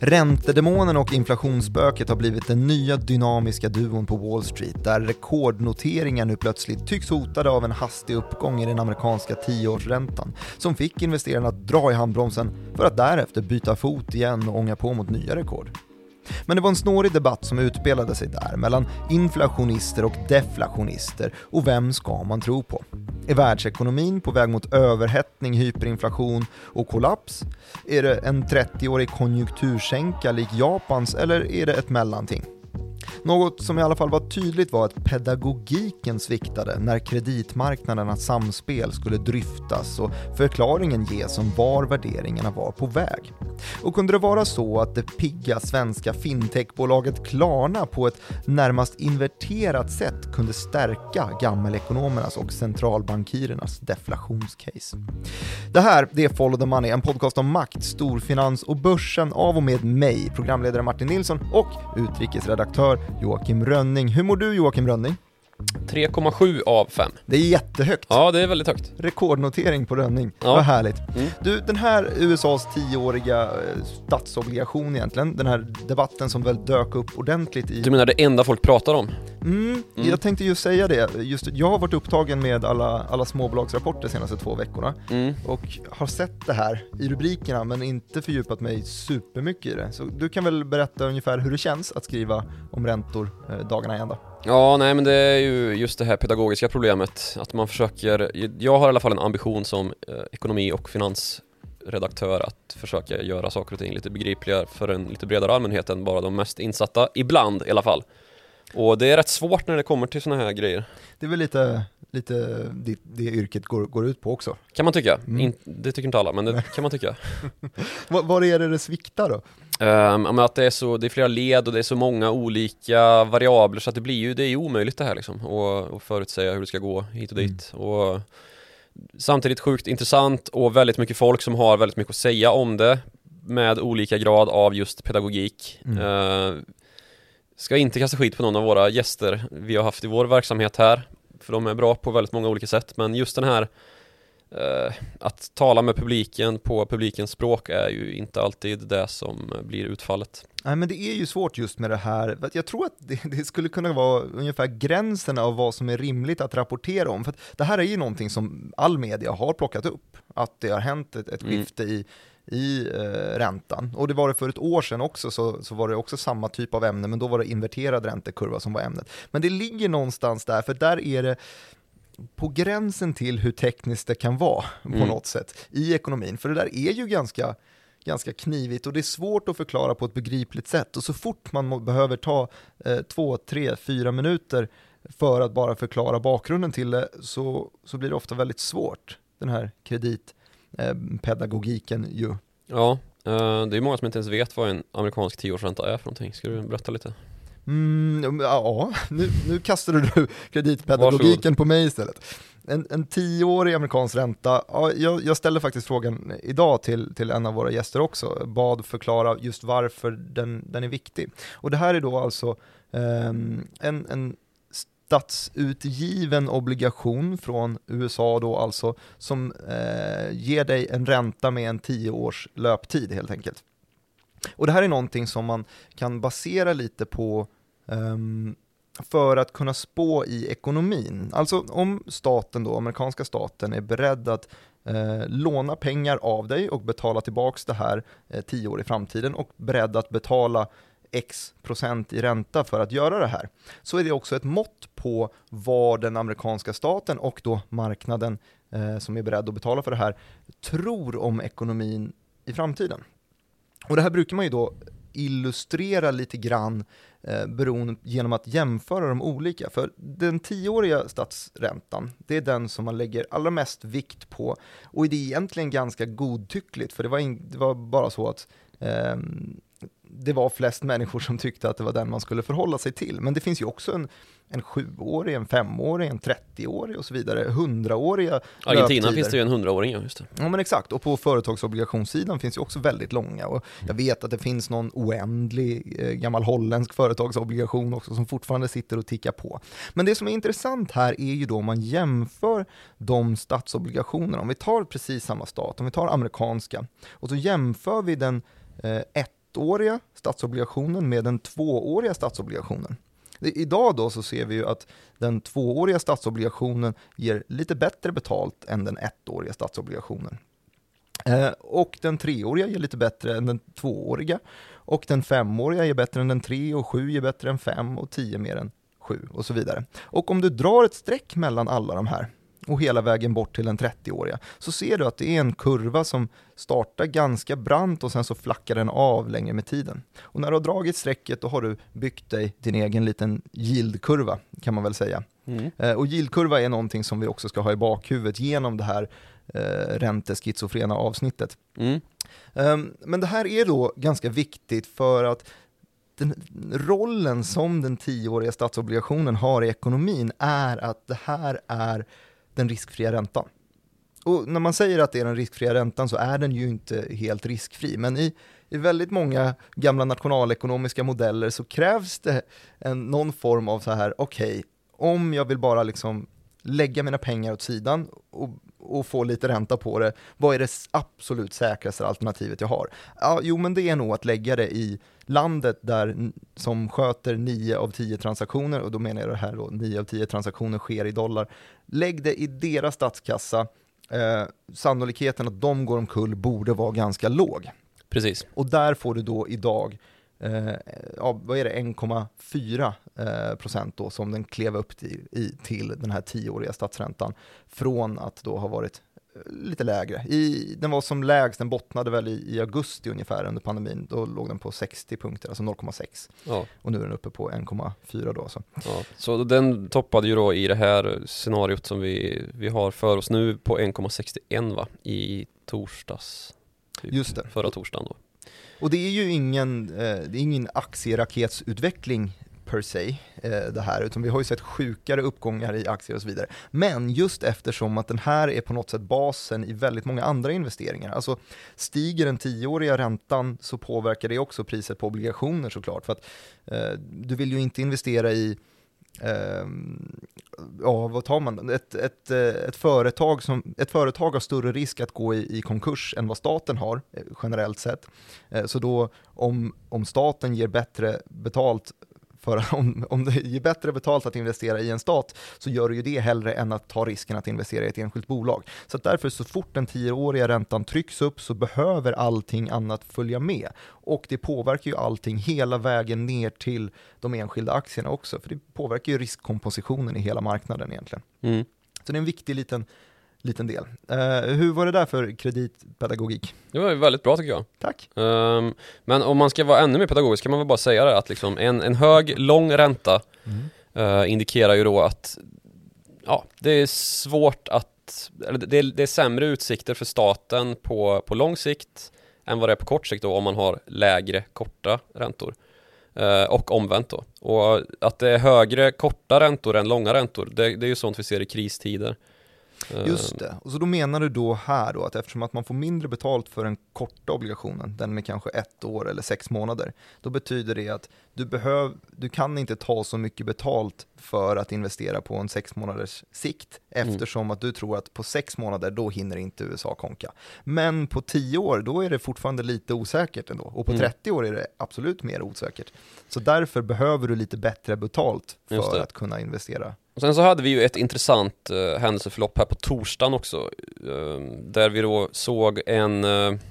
Räntedemonen och inflationsspöket har blivit den nya dynamiska duon på Wall Street, där rekordnoteringar nu plötsligt tycks hotade av en hastig uppgång i den amerikanska 10-årsräntan som fick investerarna att dra i handbromsen för att därefter byta fot igen och ånga på mot nya rekord. Men det var en snårig debatt som utspelade sig där mellan inflationister och deflationister, och vem ska man tro på? Är världsekonomin på väg mot överhettning, hyperinflation och kollaps? Är det en 30-årig konjunktursänka lik Japans, eller är det ett mellanting? Något som i alla fall var tydligt var att pedagogiken sviktade när kreditmarknadernas samspel skulle dryftas och förklaringen ges om var värderingarna var på väg. Och kunde det vara så att det pigga svenska fintechbolaget Klarna på ett närmast inverterat sätt kunde stärka gammelekonomernas och centralbankirernas deflationscase? Det här, det är Follow the Money, en podcast om makt, storfinans och börsen av och med mig, programledare Martin Nilsson och utrikesredaktör Joakim Rönning. Hur mår du, Joakim Rönning? 3,7 av 5. Det är jättehögt. Ja, det är väldigt högt. Rekordnotering på Rönning. Ja. Vad härligt. Mm. Du, den här USAs 10-åriga statsobligation egentligen, den här debatten som väl dök upp ordentligt i... Du menar det enda folk pratar om? Jag tänkte ju säga det. Jag har varit upptagen med alla småbolagsrapporter de senaste 2 veckorna och har sett det här i rubrikerna men inte fördjupat mig supermycket i det. Så du kan väl berätta ungefär hur det känns att skriva om räntor dagarna i ända. Ja, nej, men det är ju just det här pedagogiska problemet att man försöker, jag har i alla fall en ambition som ekonomi- och finansredaktör att försöka göra saker och ting lite begripliga för en lite bredare allmänhet än bara de mest insatta, ibland i alla fall. Och det är rätt svårt när det kommer till såna här grejer. Det är väl lite det yrket går ut på också. Kan man tycka. Det tycker inte alla, men det kan man tycka. Vad är det sviktar då? Att det är flera led och det är så många olika variabler så att det är omöjligt det här liksom, och förutsäga hur det ska gå hit och dit. Och samtidigt sjukt intressant och väldigt mycket folk som har väldigt mycket att säga om det med olika grad av just pedagogik. Ska inte kasta skit på någon av våra gäster vi har haft i vår verksamhet här, för de är bra på väldigt många olika sätt, men just den här att tala med publiken på publikens språk är ju inte alltid det som blir utfallet. Nej, men det är ju svårt just med det här. Jag tror att det skulle kunna vara ungefär gränsen av vad som är rimligt att rapportera om. För att det här är ju någonting som all media har plockat upp. Att det har hänt ett skifte i räntan. Och det var det för ett år sedan också, så var det också samma typ av ämne, men då var det inverterad räntekurva som var ämnet. Men det ligger någonstans där, för där är det på gränsen till hur tekniskt det kan vara på något sätt i ekonomin. För det där är ju ganska knivigt och det är svårt att förklara på ett begripligt sätt. Och så fort man behöver ta 2, 3, 4 minuter för att bara förklara bakgrunden till det, så blir det ofta väldigt svårt, den här kreditpedagogiken ju. Ja, det är många som inte ens vet vad en amerikansk 10-årsränta är för någonting. Ska du berätta lite? Ja, nu kastade du kreditpedagogiken på mig istället. En 10-årig amerikansk ränta, ja, jag ställde faktiskt frågan idag till en av våra gäster också, bad förklara just varför den är viktig. Och det här är då alltså en statsutgiven obligation från USA då alltså, som ger dig en ränta med en 10-års löptid helt enkelt. Och det här är någonting som man kan basera lite på för att kunna spå i ekonomin. Alltså om staten då, amerikanska staten, är beredd att låna pengar av dig och betala tillbaks det här 10 år i framtiden och beredd att betala X procent i ränta för att göra det här, så är det också ett mått på vad den amerikanska staten och då marknaden som är beredd att betala för det här tror om ekonomin i framtiden. Och det här brukar man ju då illustrera lite grann beroende genom att jämföra de olika. För den 10-åriga statsräntan, det är den som man lägger allra mest vikt på. Och det är egentligen ganska godtyckligt, för det var bara så att det var flest människor som tyckte att det var den man skulle förhålla sig till. Men det finns ju också en 7-årig, en 5-årig, en 30-årig och så vidare. 100-åriga Argentina finns det ju en 100-åring, just det. Ja, men exakt. Och på företagsobligationssidan finns ju också väldigt långa. Och jag vet att det finns någon oändlig gammal holländsk företagsobligation också som fortfarande sitter och tickar på. Men det som är intressant här är ju då om man jämför de statsobligationerna. Om vi tar precis samma stat, om vi tar amerikanska, och så jämför vi den 1 ettåriga statsobligationen med den tvååriga statsobligationen. Idag då så ser vi ju att den tvååriga statsobligationen ger lite bättre betalt än den ettåriga statsobligationen. Och den treåriga ger lite bättre än den tvååriga. Och den femåriga ger bättre än den 3 och 7 ger bättre än 5 och 10 mer än 7 och så vidare. Och om du drar ett streck mellan alla de här och hela vägen bort till den 30-åriga så ser du att det är en kurva som startar ganska brant och sen så flackar den av längre med tiden. Och när du har dragit strecket då har du byggt dig din egen liten yieldkurva kan man väl säga. Och yieldkurva är någonting som vi också ska ha i bakhuvudet genom det här ränteskizofrena avsnittet. Men det här är då ganska viktigt för att den rollen som den 10-åriga statsobligationen har i ekonomin är att det här är den riskfria räntan. Och när man säger att det är den riskfria räntan så är den ju inte helt riskfri. Men i väldigt många gamla nationalekonomiska modeller så krävs det någon form av så här, okej, om jag vill bara liksom lägga mina pengar åt sidan och få lite ränta på det, vad är det absolut säkraste alternativet jag har? Ja, jo, men det är nog att lägga det i landet som sköter 9 av 10 transaktioner, och då menar jag det här då, 9 av 10 transaktioner sker i dollar. Lägg det i deras statskassa. Sannolikheten att de går omkull borde vara ganska låg. Precis. Och där får du då idag vad är det, 1,4% då som den klev upp till den här 10-åriga statsräntan från att då ha varit lite lägre. Den var som lägst, den bottnade väl i augusti ungefär under pandemin. Då låg den på 60 punkter, alltså 0,6. Ja. Och nu är den uppe på 1,4 då. Ja, så den toppade ju då i det här scenariot som vi har för oss nu på 1,61 va? I torsdags. Typ. Just det. Förra torsdagen då. Och det är ju ingen aktieraketsutveckling per se det här, utan vi har ju sett sjukare uppgångar i aktier och så vidare. Men just eftersom att den här är på något sätt basen i väldigt många andra investeringar. Alltså stiger den 10-åriga räntan så påverkar det också priset på obligationer såklart. För att du vill ju inte investera i vad tar man? Ett företag har större risk att gå i konkurs än vad staten har generellt sett. Så då om staten ger bättre betalt om det ger bättre betalt att investera i en stat så gör du ju det hellre än att ta risken att investera i ett enskilt bolag. Så att därför så fort den 10-åriga räntan trycks upp så behöver allting annat följa med. Och det påverkar ju allting hela vägen ner till de enskilda aktierna också. För det påverkar ju riskkompositionen i hela marknaden egentligen. Så det är en viktig liten del. Hur var det där för kreditpedagogik? Det var väldigt bra tycker jag. Tack. Men om man ska vara ännu mer pedagogisk kan man väl bara säga det att liksom en hög, lång ränta indikerar ju då att det är svårt att, eller det är sämre utsikter för staten på lång sikt än vad det är på kort sikt då, om man har lägre korta räntor. Och omvänt då. Och att det är högre korta räntor än långa räntor, det är ju sånt vi ser i kristider. Just det. Och så då menar du då här då att eftersom att man får mindre betalt för den korta obligationen, den med kanske 1 år eller 6 månader, då betyder det att du kan inte ta så mycket betalt för att investera på en 6 månaders sikt eftersom att du tror att på 6 månader då hinner inte USA konka. Men på 10 år då är det fortfarande lite osäkert ändå, och på 30 år är det absolut mer osäkert. Så därför behöver du lite bättre betalt för att kunna investera. Och sen så hade vi ju ett intressant händelseförlopp här på torsdagen också, där vi då såg en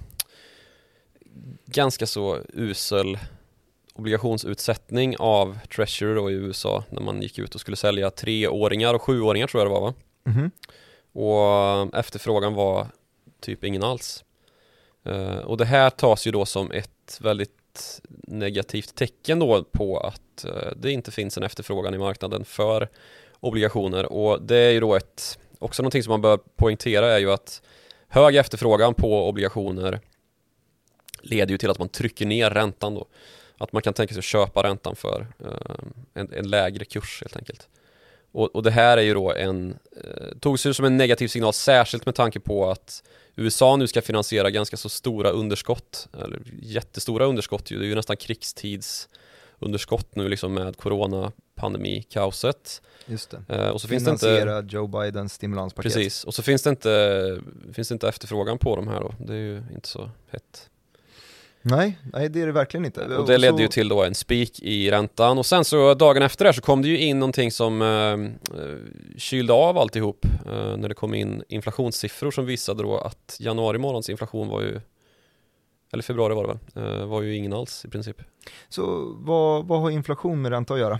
ganska så usel obligationsutsättning av Treasury då i USA när man gick ut och skulle sälja 3-åringar och 7-åringar tror jag det var va? Och efterfrågan var typ ingen alls. Och det här tas ju då som ett väldigt negativt tecken då på att det inte finns en efterfrågan i marknaden för obligationer, och det är ju då också någonting som man bör poängtera är ju att hög efterfrågan på obligationer leder ju till att man trycker ner räntan då. Att man kan tänka sig att köpa räntan för en lägre kurs helt enkelt. Och det här är ju då togs ju som en negativ signal, särskilt med tanke på att USA nu ska finansiera ganska så stora underskott, eller jättestora underskott ju. Det är ju nästan krigstidsunderskott nu liksom med coronapandemi-kaoset. Just det. Och så finns det inte Joe Bidens stimulanspaket. Precis, och så finns det inte efterfrågan på de här då. Det är ju inte så hett. Nej, det är det verkligen inte. Och det ledde ju till då en spik i räntan. Och sen så dagen efter det så kom det ju in någonting som kylde av alltihop. När det kom in inflationssiffror som visade då att januari månads inflation var ju, eller februari var det väl, var ju ingen alls i princip. Så vad har inflation med ränta att göra?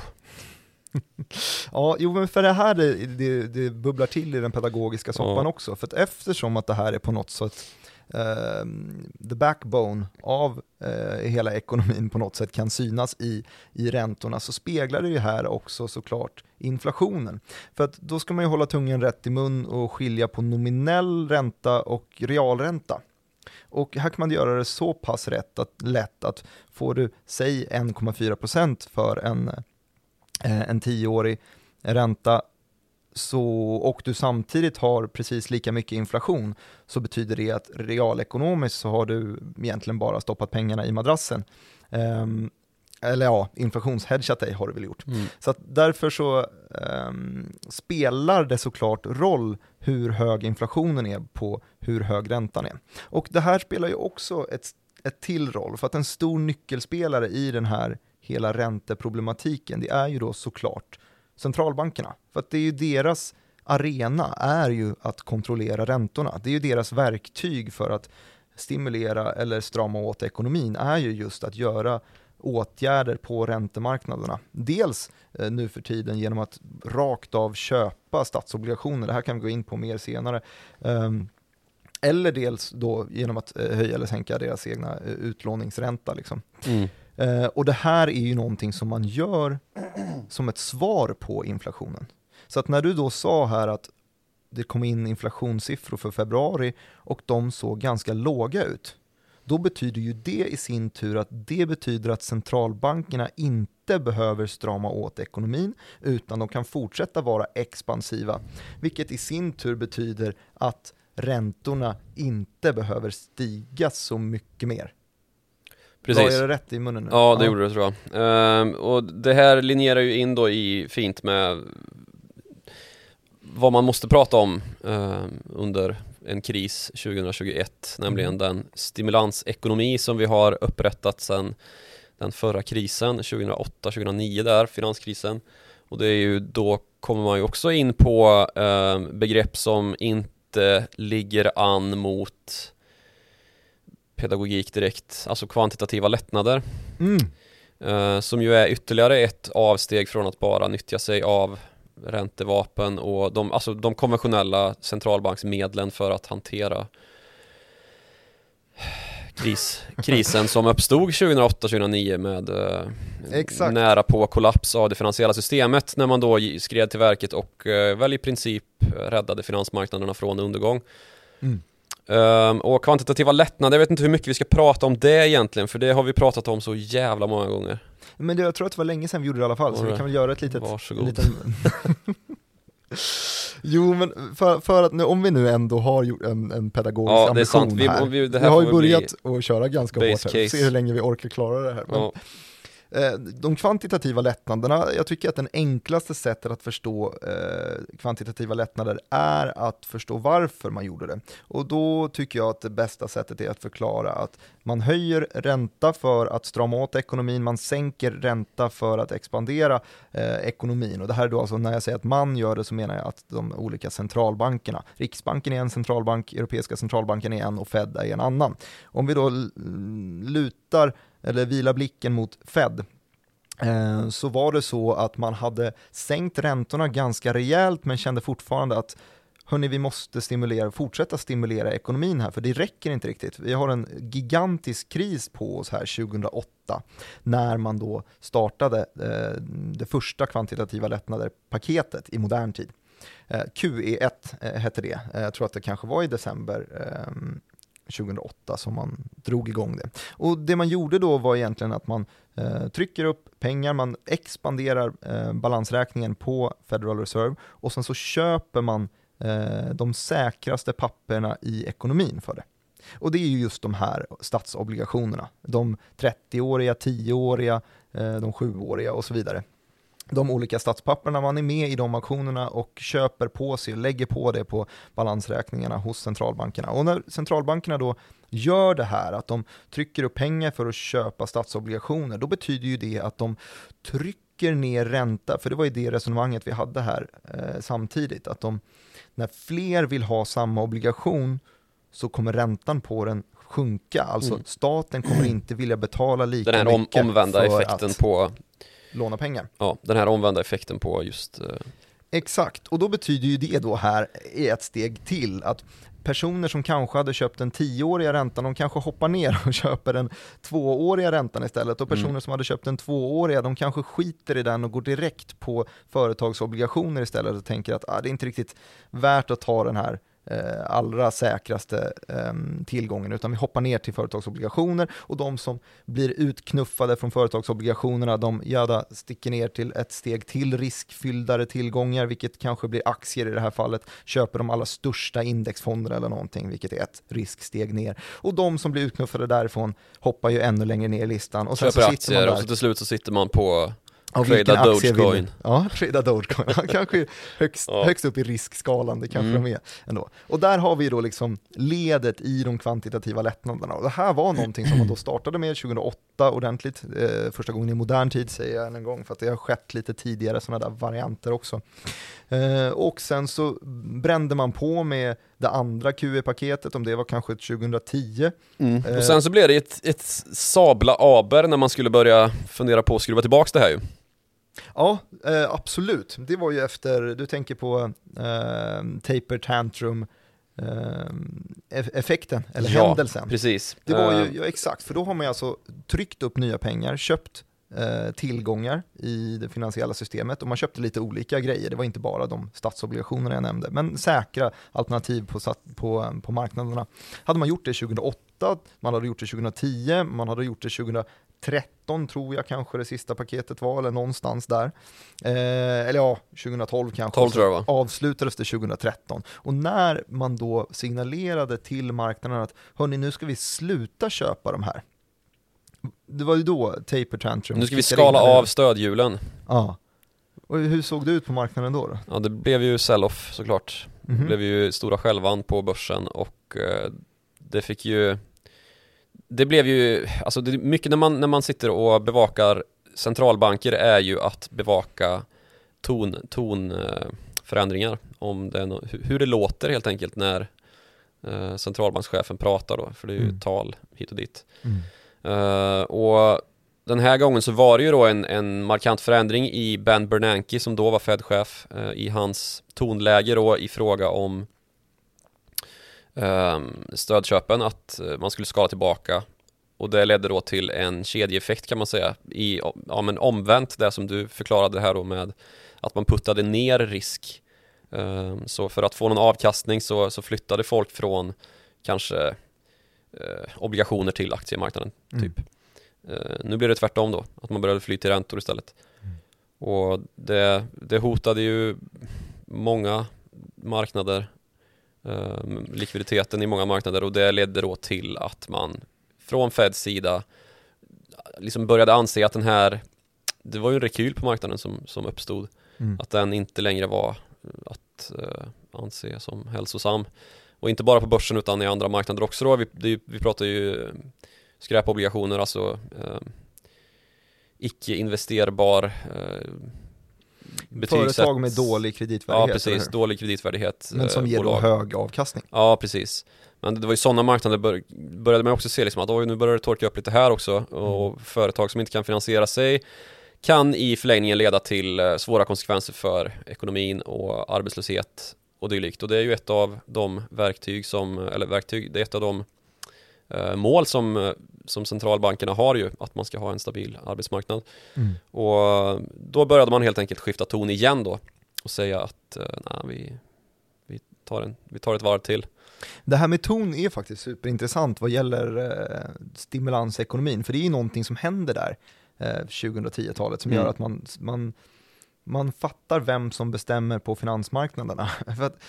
Ja, jo, men för det här det bubblar till i den pedagogiska soppan också. För att eftersom att det här är på något sätt the backbone av hela ekonomin på något sätt kan synas i räntorna, så speglar det ju här också såklart inflationen. För att då ska man ju hålla tungan rätt i mun och skilja på nominell ränta och realränta. Och här kan man göra det så pass lätt att får du, säg 1,4% för en 10-årig ränta, och du samtidigt har precis lika mycket inflation, så betyder det att realekonomiskt så har du egentligen bara stoppat pengarna i madrassen. Eller ja, inflationshedgat dig har du väl gjort. Så att därför så spelar det såklart roll hur hög inflationen är på hur hög räntan är. Och det här spelar ju också ett till roll, för att en stor nyckelspelare i den här hela ränteproblematiken, det är ju då såklart centralbankerna. För att det är ju deras arena är ju att kontrollera räntorna. Det är ju deras verktyg för att stimulera eller strama åt ekonomin, är ju just att göra åtgärder på räntemarknaderna. Dels nu för tiden genom att rakt av köpa statsobligationer, det här kan vi gå in på mer senare, eller dels då genom att höja eller sänka deras egna utlåningsränta liksom. Och det här är ju någonting som man gör som ett svar på inflationen. Så att när du då sa här att det kom in inflationssiffror för februari och de såg ganska låga ut, då betyder ju det i sin tur att det betyder att centralbankerna inte behöver strama åt ekonomin, utan de kan fortsätta vara expansiva, vilket i sin tur betyder att räntorna inte behöver stiga så mycket mer. Precis. Var jag rätt i munnen nu? Ja, det gjorde det tror jag. Och det här linjerar ju in då i fint med vad man måste prata om under en kris 2021, nämligen den stimulansekonomi som vi har upprättat sedan den förra krisen 2008-2009 där, finanskrisen. Och det är ju, då kommer man ju också in på begrepp som inte ligger an mot pedagogik direkt, alltså kvantitativa lättnader. Som ju är ytterligare ett avsteg från att bara nyttja sig av räntevapen och de konventionella centralbanksmedlen för att hantera krisen som uppstod 2008-2009 med nära på kollaps av det finansiella systemet, när man då skred till verket och väl i princip räddade finansmarknaderna från undergång. Och kvantitativa lättnader, jag vet inte hur mycket vi ska prata om det egentligen, för det har vi pratat om så jävla många gånger. Men jag tror att det var länge sedan vi gjorde det i alla fall, så vi kan väl göra ett litet... Varsågod. Jo, men för att nu, om vi nu ändå har gjort en pedagogisk ambition, det är sant. Det här vi har ju börjat att köra ganska hårt här, se hur länge vi orkar klara det här. Men, de kvantitativa lättnaderna, jag tycker att den enklaste sättet att förstå kvantitativa lättnader är att förstå varför man gjorde det. Och då tycker jag att det bästa sättet är att förklara att man höjer ränta för att strama åt ekonomin, man sänker ränta för att expandera ekonomin. Och det här är då alltså, när jag säger att man gör det, så menar jag att de olika centralbankerna, Riksbanken är en centralbank, Europeiska centralbanken är en och Fed är en annan. Om vi då vilar blicken mot Fed, så var det så att man hade sänkt räntorna ganska rejält, men kände fortfarande att vi måste fortsätta stimulera ekonomin här, för det räcker inte riktigt. Vi har en gigantisk kris på oss här 2008, när man då startade det första kvantitativa lättnader-paketet i modern tid. QE1 hette det. Jag tror att det kanske var i december 2008 som man drog igång det. Och det man gjorde då var egentligen att man trycker upp pengar, man expanderar balansräkningen på Federal Reserve, och sen så köper man de säkraste papperna i ekonomin för det. Och det är ju just de här statsobligationerna, de 30-åriga, 10-åriga, de 7-åriga och så vidare. de olika statspapperna, man är med i de auktionerna och köper på sig och lägger på det på balansräkningarna hos centralbankerna. Och när centralbankerna då gör det här, att de trycker upp pengar för att köpa statsobligationer, då betyder ju det att de trycker ner ränta, för det var ju det resonemanget vi hade här samtidigt, att när fler vill ha samma obligation så kommer räntan på den sjunka, alltså staten kommer inte vilja betala lika mycket. Den här omvända effekten på låna pengar. Ja, den här omvända effekten på just... Exakt, och då betyder ju det då här är ett steg till, att personer som kanske hade köpt den 10-åriga räntan, de kanske hoppar ner och köper den 2-åriga räntan istället, och personer som hade köpt den 2-åriga, de kanske skiter i den och går direkt på företagsobligationer istället och tänker att det är inte riktigt värt att ta den här allra säkraste tillgången, utan vi hoppar ner till företagsobligationer, och de som blir utknuffade från företagsobligationerna, de sticker ner till ett steg till riskfylldare tillgångar, vilket kanske blir aktier i det här fallet, köper de allra största indexfonderna eller någonting, vilket är ett risksteg ner, och de som blir utknuffade därifrån hoppar ju ännu längre ner i listan och sen köper så aktier där. Och så till slut så sitter man på Trada Dogecoin. Ja, trada Dogecoin. Kanske högst upp i riskskalan, det kanske de är ändå. Och där har vi då liksom ledet i de kvantitativa lättnaderna. Och det här var någonting som man då startade med 2008 ordentligt. Första gången i modern tid, säger jag en gång, för att det har skett lite tidigare sådana där varianter också. Och sen så brände man på med det andra QE-paketet, om det var kanske 2010. Och sen så blev det ett sabla aber när man skulle börja fundera på att skruva tillbaka det här ju. Ja, absolut. Det var ju efter, du tänker på taper tantrum effekten, eller händelsen. Precis. Det var ju exakt, för då har man alltså tryckt upp nya pengar, köpt tillgångar i det finansiella systemet, och man köpte lite olika grejer. Det var inte bara de statsobligationerna jag nämnde, men säkra alternativ på marknaderna. Hade man gjort det 2008, man hade gjort det 2010, man hade gjort det 2013 tror jag kanske det sista paketet var, eller någonstans där. Eller ja, 2012 kanske. 12 tror jag var. Avslutades det 2013. Och när man då signalerade till marknaden att hörni, nu ska vi sluta köpa de här. Det var ju då taper tantrum. Nu ska vi skala av stödhjulen. Ja. Och hur såg det ut på marknaden då? Ja, det blev ju sell-off såklart. Det blev ju stora skälvan på börsen, och det blev ju, alltså det, mycket när man sitter och bevakar centralbanker är ju att bevaka tonförändringar, om det är hur det låter helt enkelt när centralbankschefen pratar då, för det är ju tal hit och dit. Och den här gången så var det ju då en markant förändring i Ben Bernanke, som då var Fed-chef, i hans tonläge då i fråga om stödköpen, att man skulle skala tillbaka, och det ledde då till en kedjeeffekt kan man säga, men omvänt det som du förklarade här då, med att man puttade ner risk, så för att få någon avkastning så flyttade folk från kanske obligationer till aktiemarknaden typ. Nu blir det tvärtom då, att man började fly till räntor istället. Och det hotade ju många marknader, likviditeten i många marknader, och det ledde då till att man från Feds sida liksom började anse att det var ju en rekyl på marknaden som uppstod, att den inte längre var att anse som hälsosam, och inte bara på börsen utan i andra marknader också då. Vi pratar ju skräpobligationer, alltså icke-investerbar företag med dålig kreditvärdighet. Ja, precis, dålig kreditvärdighet. Men som ger då hög avkastning. Ja, precis. Men det var ju sådana marknader började man också se liksom att nu börjar det torka upp lite här också, och företag som inte kan finansiera sig kan i förlängningen leda till svåra konsekvenser för ekonomin och arbetslöshet och dylikt. Och det är ju ett av de det är ett av de mål som centralbankerna har ju, att man ska ha en stabil arbetsmarknad. Och då började man helt enkelt skifta ton igen då och säga att vi tar ett varv till. Det här med ton är faktiskt superintressant vad gäller stimulansekonomin, för det är ju någonting som händer där 2010-talet som gör att man fattar vem som bestämmer på finansmarknaderna. För att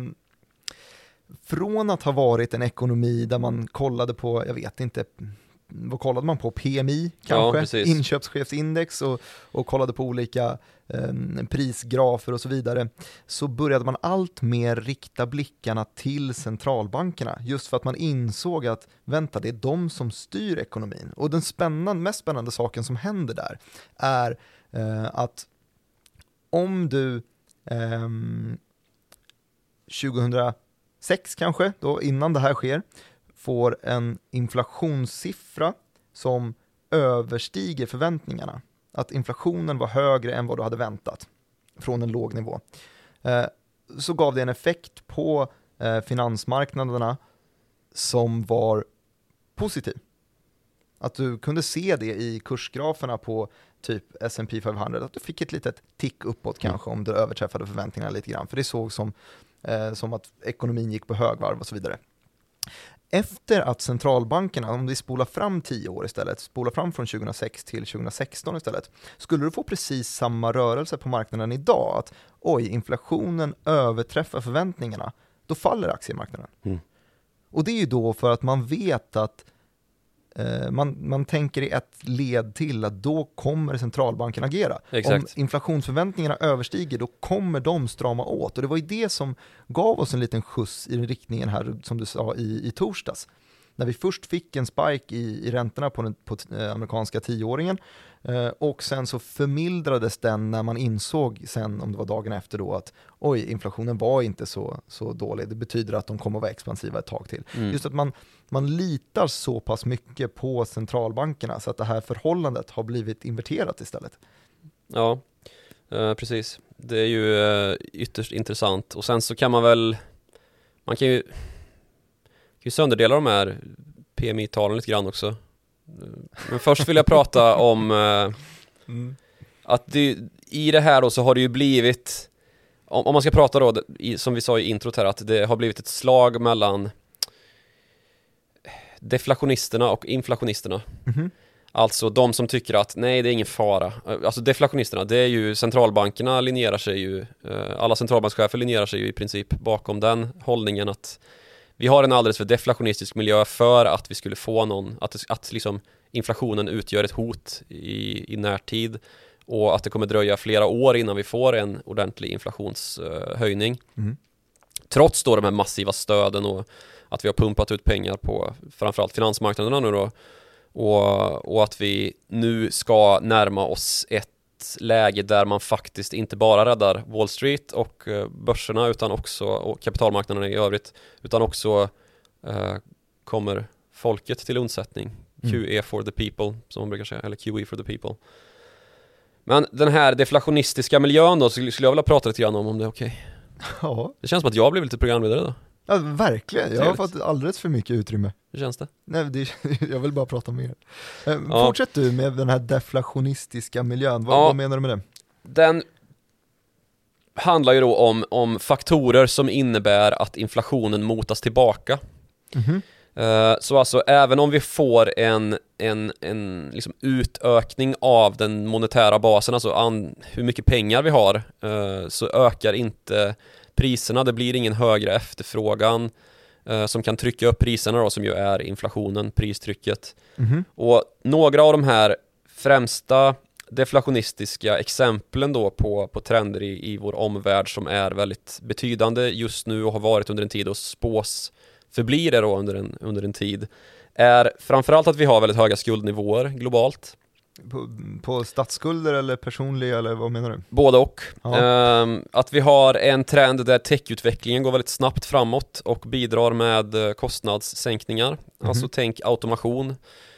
från att ha varit en ekonomi där man kollade på, jag vet inte, vad kollade man på? PMI kanske? Ja, inköpschefsindex och kollade på olika prisgrafer och så vidare, så började man allt mer rikta blickarna till centralbankerna, just för att man insåg att vänta, det är de som styr ekonomin. Och den mest spännande saken som händer där är att om du 2006 kanske, då innan det här sker, får en inflationssiffra som överstiger förväntningarna, att inflationen var högre än vad du hade väntat från en låg nivå, så gav det en effekt på finansmarknaderna som var positiv. Att du kunde se det i kursgraferna på typ S&P 500, att du fick ett litet tick uppåt kanske om du överträffade förväntningarna lite grann, för det såg som att ekonomin gick på högvarv och så vidare. Efter att centralbankerna, om vi spolar fram 10 år istället, spolar fram från 2006 till 2016 istället, skulle du få precis samma rörelse på marknaden idag, att inflationen överträffar förväntningarna, då faller aktiemarknaden. Och det är ju då för att man vet att man tänker i ett led till att då kommer centralbanken agera. Exakt. Om inflationsförväntningarna överstiger, då kommer de strama åt. Och det var ju det som gav oss en liten skjuts i den riktningen här, som du sa, i torsdags. När vi först fick en spike i räntorna på amerikanska 10-åringen, och sen så förmildrades den när man insåg sen, om det var dagen efter då, att inflationen var inte så dålig. Det betyder att de kommer att vara expansiva ett tag till. Just att man litar så pass mycket på centralbankerna så att det här förhållandet har blivit inverterat istället. Ja, precis. Det är ju ytterst intressant. Och sen så kan man kan ju sönderdela de här PMI-talen lite grann också. Men först vill jag prata om att i det här då så har det ju blivit, om man ska prata då, som vi sa i introt här, att det har blivit ett slag mellan deflationisterna och inflationisterna. Alltså de som tycker att nej, det är ingen fara. Alltså deflationisterna, det är ju centralbankerna linjerar sig ju, alla centralbankschefer linjerar sig ju i princip bakom den hållningen att vi har en alldeles för deflationistisk miljö för att vi skulle få att liksom inflationen utgör ett hot i närtid, och att det kommer dröja flera år innan vi får en ordentlig inflationshöjning. Trots då de här massiva stöden och att vi har pumpat ut pengar på framförallt finansmarknaderna nu då, och att vi nu ska närma oss ett läge där man faktiskt inte bara räddar Wall Street och börserna utan också, och kapitalmarknaderna i övrigt, utan också kommer folket till undsättning. QE for the people, som man brukar säga, eller QE for the people. Men den här deflationistiska miljön då, skulle jag vilja prata lite grann om det är okej. Ja. Det känns som att jag blev lite programledare då. Ja, verkligen. Jag har fått alldeles för mycket utrymme. Hur känns det? Nej, jag vill bara prata mer. Fortsätt du med den här deflationistiska miljön. Vad menar du med det? Den handlar ju då om faktorer som innebär att inflationen motas tillbaka. Så alltså även om vi får en liksom utökning av den monetära basen, alltså hur mycket pengar vi har, så ökar inte priserna. Det blir ingen högre efterfrågan som kan trycka upp priserna då, som ju är inflationen, pristrycket. Och några av de här främsta deflationistiska exemplen då på trender i vår omvärld som är väldigt betydande just nu och har varit under en tid och spås förblir det då under en tid, är framförallt att vi har väldigt höga skuldnivåer globalt. På statsskulder eller personliga, eller vad menar du? Både och. Att vi har en trend där techutvecklingen går väldigt snabbt framåt och bidrar med kostnadssänkningar. Alltså tänk automation.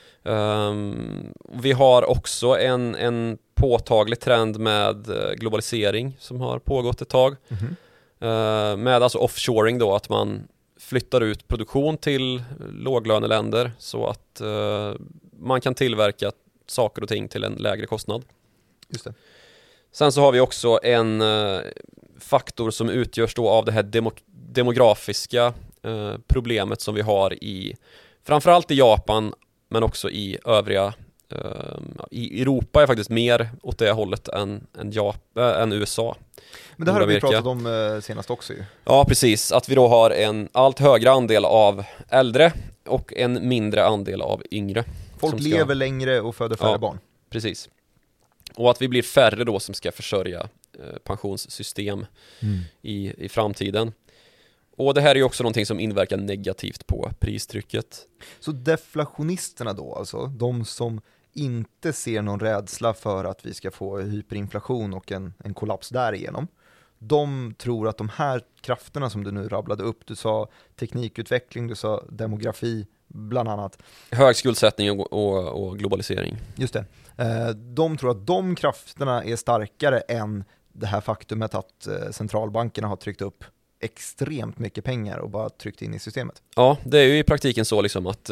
Vi har också en påtaglig trend med globalisering som har pågått ett tag. Med alltså offshoring då, att man flyttar ut produktion till låglöneländer så att man kan tillverka saker och ting till en lägre kostnad. Just det. Sen så har vi också en faktor som utgörs då av det här demografiska problemet som vi har framförallt i Japan, men också i övriga i Europa är faktiskt mer åt det hållet än USA. Men det här har vi pratat om senast också ju. Ja, precis. Att vi då har en allt högre andel av äldre och en mindre andel av yngre. Folk lever längre och föder färre barn. Precis. Och att vi blir färre då som ska försörja pensionssystem i framtiden. Och det här är ju också någonting som inverkar negativt på pristrycket. Så deflationisterna då, alltså de som inte ser någon rädsla för att vi ska få hyperinflation och en kollaps därigenom, de tror att de här krafterna som du nu rabblade upp, du sa teknikutveckling, du sa demografi bland annat. Hög skuldsättning och globalisering. Just det. De tror att de krafterna är starkare än det här faktumet att centralbankerna har tryckt upp extremt mycket pengar och bara tryckt in i systemet. Ja, det är ju i praktiken så liksom att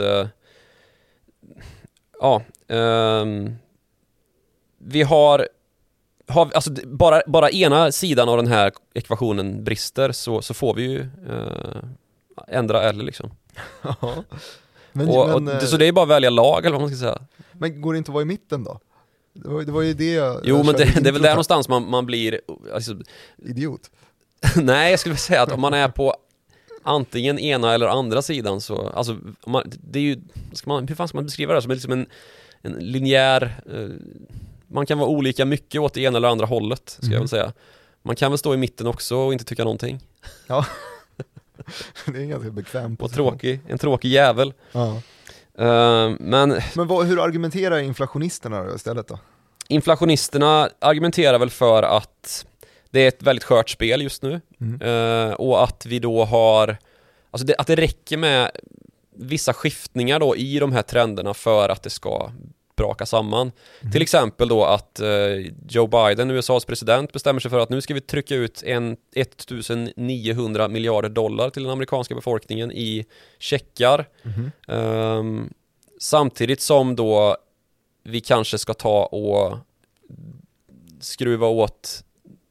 vi har alltså bara ena sidan av den här ekvationen brister så får vi ju ändra eller liksom. Ja. Så det är bara att välja lag eller vad man ska säga. Men går det inte att vara i mitten då? Det var ju det jag... Jo, men det är väl där någonstans man blir... Alltså, idiot. Nej, jag skulle säga att om man är på antingen ena eller andra sidan så... Alltså, det är ju... hur fan ska man beskriva det? Som liksom en linjär... man kan vara olika mycket åt det ena eller andra hållet, ska jag väl säga. Man kan väl stå i mitten också och inte tycka någonting. Ja. Det är en ganska bekväm position. En tråkig jävel. Ja. Men hur argumenterar inflationisterna då istället då? Inflationisterna argumenterar väl för att det är ett väldigt skört spel just nu. Och att vi då har... Alltså att det räcker med vissa skiftningar då i de här trenderna för att det ska braka samman. Till exempel då att Joe Biden, USAs president, bestämmer sig för att nu ska vi trycka ut 1900 miljarder dollar till den amerikanska befolkningen i checkar. Samtidigt som då vi kanske ska ta och skruva åt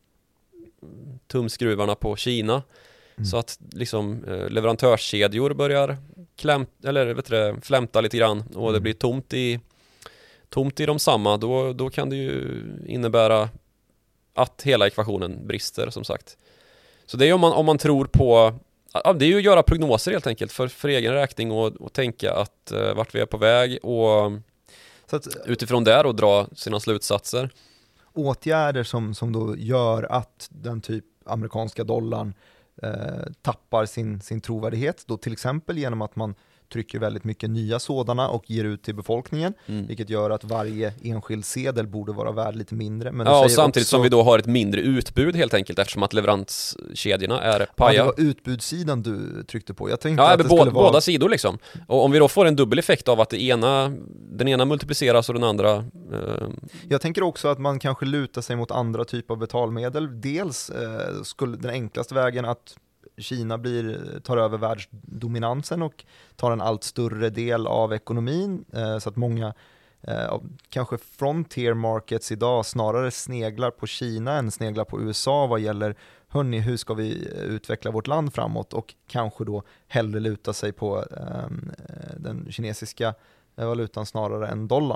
tumskruvarna på Kina så att liksom leverantörskedjor börjar flämta lite grann och det blir tomt i de samma, då kan det ju innebära att hela ekvationen brister, som sagt. Så det är om man tror på... Det är ju att göra prognoser helt enkelt för egen räkning och tänka att vart vi är på väg och så att, utifrån där och dra sina slutsatser. Åtgärder som då gör att den typ amerikanska dollarn tappar sin trovärdighet, då till exempel genom att man trycker väldigt mycket nya sådana och ger ut till befolkningen, vilket gör att varje enskild sedel borde vara värd lite mindre. Men och samtidigt som vi då har ett mindre utbud helt enkelt, eftersom att leveranskedjorna är paja. Ja, det var utbudssidan du tryckte på. Jag tänkte att det skulle vara... båda sidor liksom. Och om vi då får en dubbel effekt av att den ena multipliceras och den andra... Jag tänker också att man kanske lutar sig mot andra typer av betalmedel. Dels skulle den enklaste vägen att Kina tar över världsdominansen och tar en allt större del av ekonomin, så att många kanske frontier markets idag snarare sneglar på Kina än sneglar på USA vad gäller hur ska vi utveckla vårt land framåt, och kanske då hellre luta sig på den kinesiska valutan snarare än dollarn.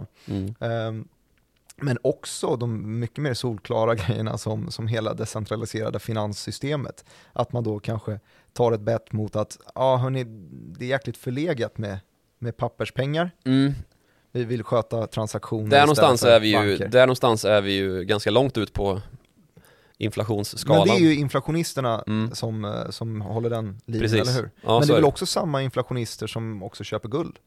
Men också de mycket mer solklara grejerna som hela decentraliserade finanssystemet. Att man då kanske tar ett bett mot att det är jäkligt förlegat med papperspengar. Vi vill sköta transaktioner. Där någonstans är vi ju ganska långt ut på inflationsskalan. Men det är ju inflationisterna som håller den linjen, eller hur? Ja, men det är väl också samma inflationister som också köper guld?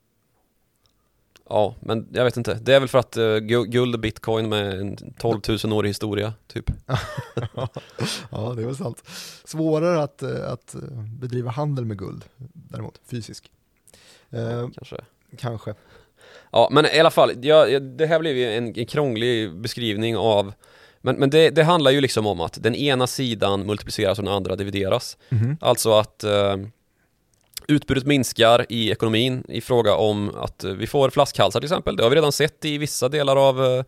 Ja, men jag vet inte. Det är väl för att guld och bitcoin med en 12 000 år historia, typ. Ja, det är väl sant. Svårare att bedriva handel med guld, däremot, fysisk. Kanske. Ja, men i alla fall, det här blev ju en krånglig beskrivning av... Men det handlar ju liksom om att den ena sidan multipliceras och den andra divideras. Alltså att... utbudet minskar i ekonomin i fråga om att vi får flaskhalsar till exempel. Det har vi redan sett i vissa delar av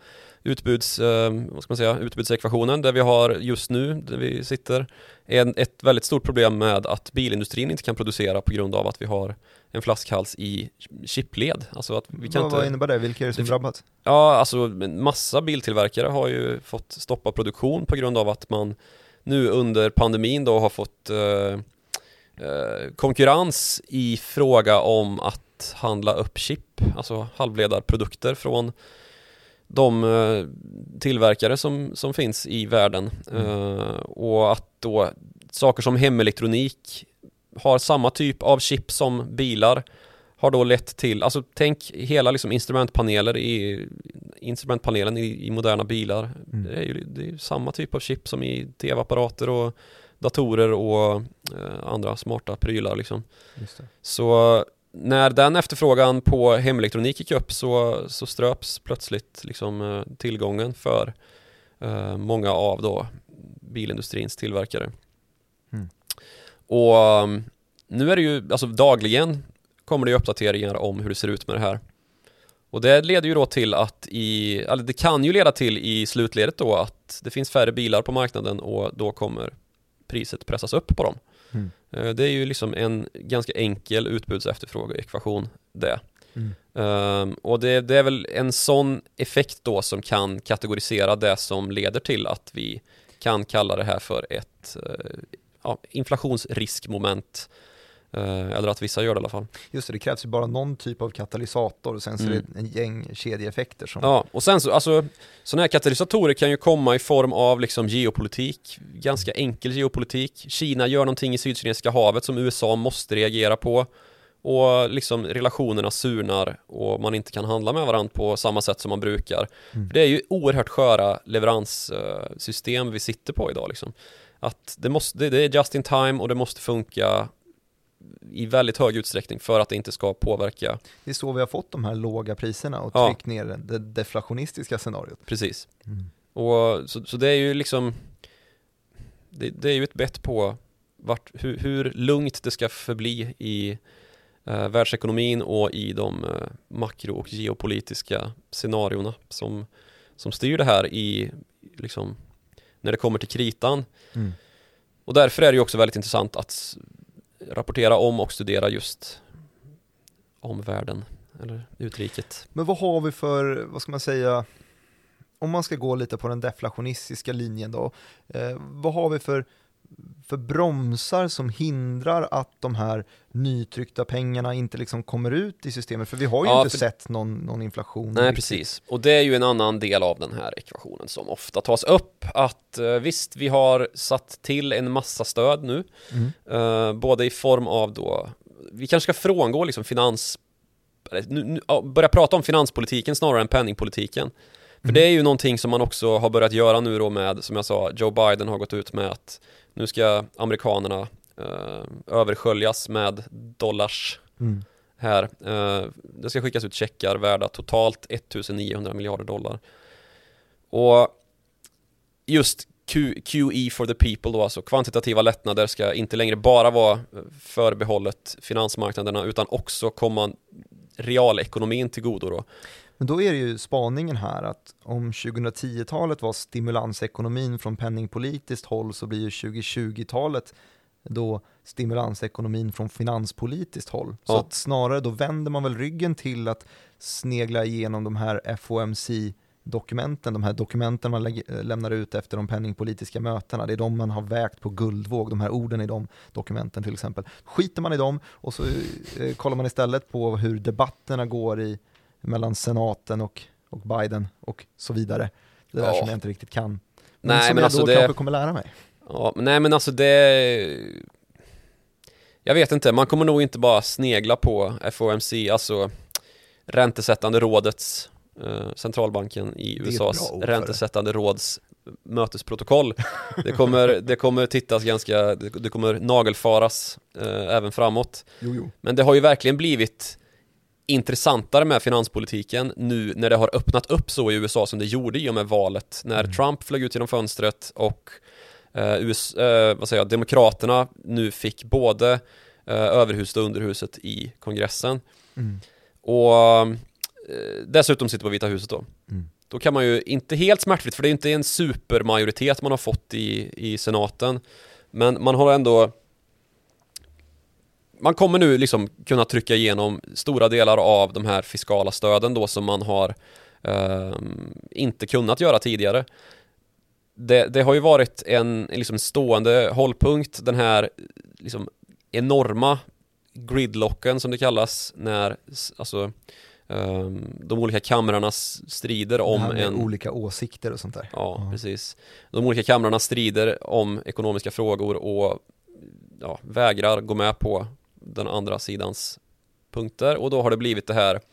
utbudsekvationen där vi har just nu, där vi sitter, ett väldigt stort problem med att bilindustrin inte kan producera på grund av att vi har en flaskhals i chipled. Alltså att vi kan vad innebär det? Vilka är det som drabbats? Ja, alltså en massa biltillverkare har ju fått stoppa produktion på grund av att man nu under pandemin då har fått konkurrens i fråga om att att handla upp chip, alltså halvledarprodukter från de tillverkare som finns i världen. Och att då saker som hemelektronik har samma typ av chip som bilar har då lett till, alltså tänk hela liksom instrumentpanelen i moderna bilar. Det är ju samma typ av chip som i tv-apparater och datorer och andra smarta prylar liksom. Just det. Så när den efterfrågan på hemelektronik gick upp så ströps plötsligt liksom tillgången för många av då bilindustrins tillverkare. Och nu är det ju, alltså dagligen kommer det ju uppdateringar om hur det ser ut med det här. Och det leder ju då till att det kan ju leda till i slutledet då att det finns färre bilar på marknaden och då kommer priset pressas upp på dem. Det är ju liksom en ganska enkel utbuds-efterfrågeekvation det. Och det är väl en sån effekt då som kan kategorisera det som leder till att vi kan kalla det här för ett inflationsriskmoment. Eller att vissa gör det i alla fall. Just det krävs ju bara någon typ av katalysator och sen så är det en gäng kedjeeffekter som... Ja, och sen så, alltså sådana här katalysatorer kan ju komma i form av liksom geopolitik, ganska enkel geopolitik. Kina gör någonting i Sydkinesiska havet som USA måste reagera på och liksom relationerna surnar och man inte kan handla med varandra på samma sätt som man brukar. För det är ju oerhört sköra leveranssystem vi sitter på idag liksom. Att det är just in time och det måste funka i väldigt hög utsträckning för att det inte ska påverka. Det är så vi har fått de här låga priserna och tryckt ner det deflationistiska scenariot. Precis. Och så det är ju liksom det är ju ett bett på hur lugnt det ska förbli i världsekonomin och i de makro- och geopolitiska scenarierna som styr det här i liksom när det kommer till kritan. Och därför är det ju också väldigt intressant att rapportera om och studera just omvärlden eller utriket. Men vad har vi för, vad ska man säga, om man ska gå lite på den deflationistiska linjen då, vad har vi för bromsar som hindrar att de här nytryckta pengarna inte liksom kommer ut i systemet? För vi har ju inte sett någon inflation. Nej, precis. Och det är ju en annan del av den här ekvationen som ofta tas upp. Att visst, vi har satt till en massa stöd nu. Både i form av då, vi kanske ska frångå liksom börja prata om finanspolitiken snarare än penningpolitiken. För det är ju någonting som man också har börjat göra nu då med, som jag sa, Joe Biden har gått ut med att nu ska amerikanerna översköljas med dollars här. Det ska skickas ut checkar värda totalt 1900 miljarder dollar. Och just QE for the people då, alltså kvantitativa lättnader ska inte längre bara vara förbehållet finansmarknaderna utan också komma realekonomin till godo då. Men då är det ju spaningen här att om 2010-talet var stimulansekonomin från penningpolitiskt håll så blir ju 2020-talet då stimulansekonomin från finanspolitiskt håll. Så att snarare då vänder man väl ryggen till att snegla igenom de här FOMC-dokumenten, de här dokumenten man lämnar ut efter de penningpolitiska mötena. Det är de man har vägt på guldvåg, de här orden i de dokumenten till exempel. Skiter man i dem och så kollar man istället på hur debatterna går mellan senaten och Biden och så vidare. Det där som jag inte riktigt kan. Men nej, som men jag alltså då kanske kommer lära mig. Ja, nej men alltså jag vet inte, man kommer nog inte bara snegla på FOMC, alltså räntesättande rådets centralbanken i USAs räntesättande råds mötesprotokoll. Det kommer tittas det kommer nagelfaras även framåt. Jo. Men det har ju verkligen blivit intressantare med finanspolitiken nu när det har öppnat upp så i USA som det gjorde i och med valet när Trump flög ut genom fönstret och demokraterna nu fick både överhuset och underhuset i kongressen. Och dessutom sitter på Vita huset då. Då kan man ju inte helt smärtfritt, för det är inte en supermajoritet man har fått i senaten, men man har ändå, man kommer nu liksom kunna trycka igenom stora delar av de här fiskala stöden då som man har inte kunnat göra tidigare. Det har ju varit en liksom stående hållpunkt, den här liksom enorma gridlocken som det kallas, när alltså de olika kamrarna strider om olika åsikter och sånt där. Ja, precis. De olika kamrarna strider om ekonomiska frågor och vägrar gå med på den andra sidans punkter, och då har det blivit det här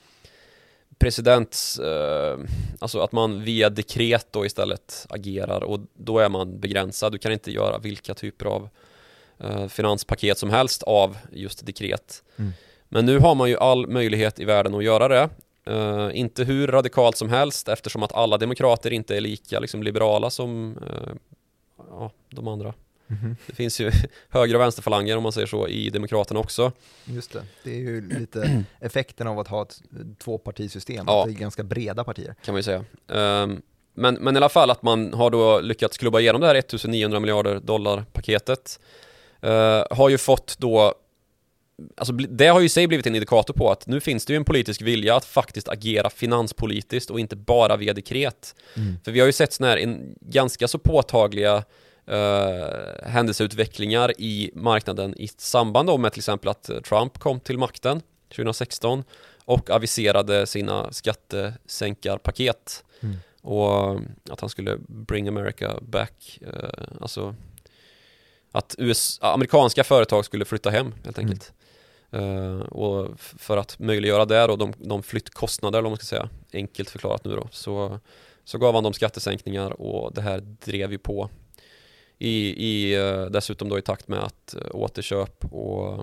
alltså att man via dekret då istället agerar, och då är man begränsad. Du kan inte göra vilka typer av finanspaket som helst av just dekret. Men nu har man ju all möjlighet i världen att göra det. Inte hur radikalt som helst, eftersom att alla demokrater inte är lika liksom liberala som de andra. Det finns ju höger- och vänsterfalanger, om man säger så, i demokraterna också. Just det. Det är ju lite effekten av att ha ett tvåpartisystem. Ja. Det är ganska breda partier. Kan man ju säga. Men i alla fall att man har då lyckats klubba igenom det här 1900 miljarder dollar paketet. Har ju fått då, alltså det har ju i sig blivit en indikator på att nu finns det ju en politisk vilja att faktiskt agera finanspolitiskt och inte bara via dekret. För vi har ju sett såna här en ganska så påtagliga händelseutvecklingar i marknaden i samband med till exempel att Trump kom till makten 2016 och aviserade sina skattesänkarpaket och att han skulle bring America back, alltså att amerikanska företag skulle flytta hem helt enkelt. Och för att möjliggöra det och de flyttkostnader, om man ska säga, enkelt förklarat nu då, så gav han dem skattesänkningar, och det här drev ju på dessutom då i takt med att återköp och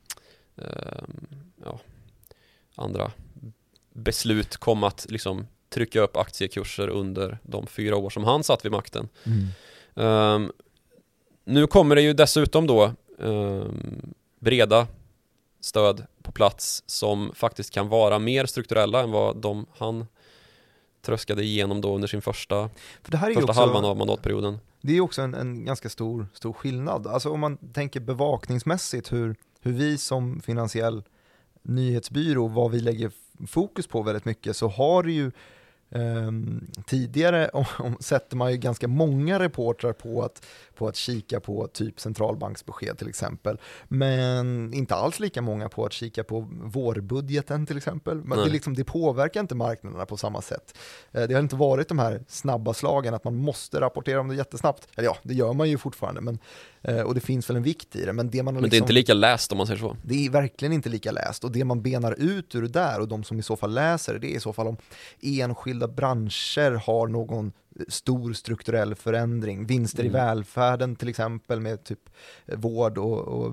andra beslut kom att liksom trycka upp aktiekurser under de 4 år som han satt vid makten. Nu kommer det ju dessutom då breda stöd på plats som faktiskt kan vara mer strukturella än vad han tröskade igenom då under sin första halvan av mandatperioden. Det är också en ganska stor skillnad. Alltså om man tänker bevakningsmässigt hur vi som finansiell nyhetsbyrå, vad vi lägger fokus på väldigt mycket, så har det ju tidigare sätter man ju ganska många reportrar på att kika på typ centralbanksbesked till exempel, men inte alls lika många på att kika på vårbudgeten till exempel. Men det påverkar inte marknaderna på samma sätt. Det har inte varit de här snabba slagen att man måste rapportera om det jättesnabbt. Eller ja, det gör man ju fortfarande, men och det finns väl en vikt i det, men det men det är inte lika läst, om man säger så. Det är verkligen inte lika läst, och det man benar ut ur det där, och de som i så fall läser det är i så fall om enskilda branscher har någon stor strukturell förändring, vinster i välfärden till exempel, med typ vård och